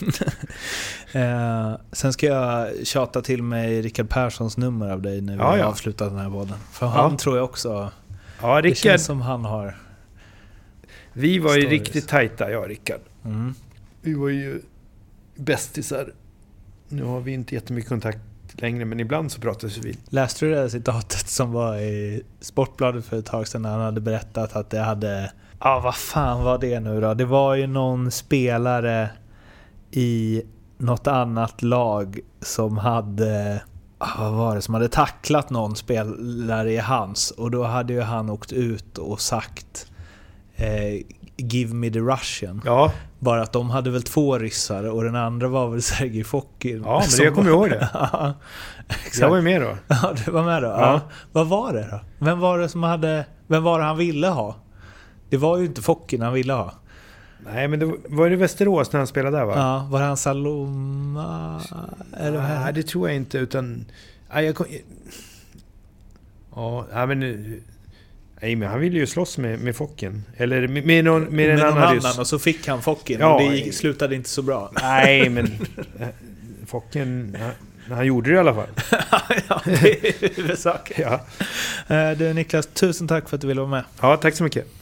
eh, sen ska jag tjata till mig Rickard Perssons nummer av dig när vi ja, ja. avslutar den här podden. För ja. han tror jag också... Ja, Rickard, det känns som han har... Vi var ju riktigt tajta, jag och Rickard. Mm. Vi var ju bästisar. Nu har vi inte jättemycket kontakt längre, men ibland så pratas vi. Läste du det här citatet som var i Sportbladet för ett tag sedan när han hade berättat att det hade... Ja, ah, vad fan var det nu då? Det var ju någon spelare i något annat lag som hade... Vad var det? Som hade tacklat någon spelare i hans. Och då hade ju han åkt ut och sagt eh, Give me the Russian. Ja. Bara att de hade väl två ryssar och den andra var väl Sergej Fokin. Ja, men det jag kommer ihåg det. Ja, jag var ju med då. Ja, du var med då. Ja. Ja. Vad var det då? Vem var det som hade... Vem var det han ville ha? Det var ju inte Fokin han ville ha. Nej, men det var, var det Västerås när han spelade där, va? Ja, var det han Saloma? Eller nej, här? Det tror jag inte, utan... Nej, jag kom, ja, nej, men... Nej, men han ville ju slåss med, med Fokin. Eller med, med, någon, med, med en någon annan, annan och så fick han Fokin. Ja, och det slutade inte så bra. Nej, men... Fokin... Men han gjorde det i alla fall. Ja, det är huvudsaken. Ja. Du Niklas, tusen tack för att du ville vara med. Ja, tack så mycket.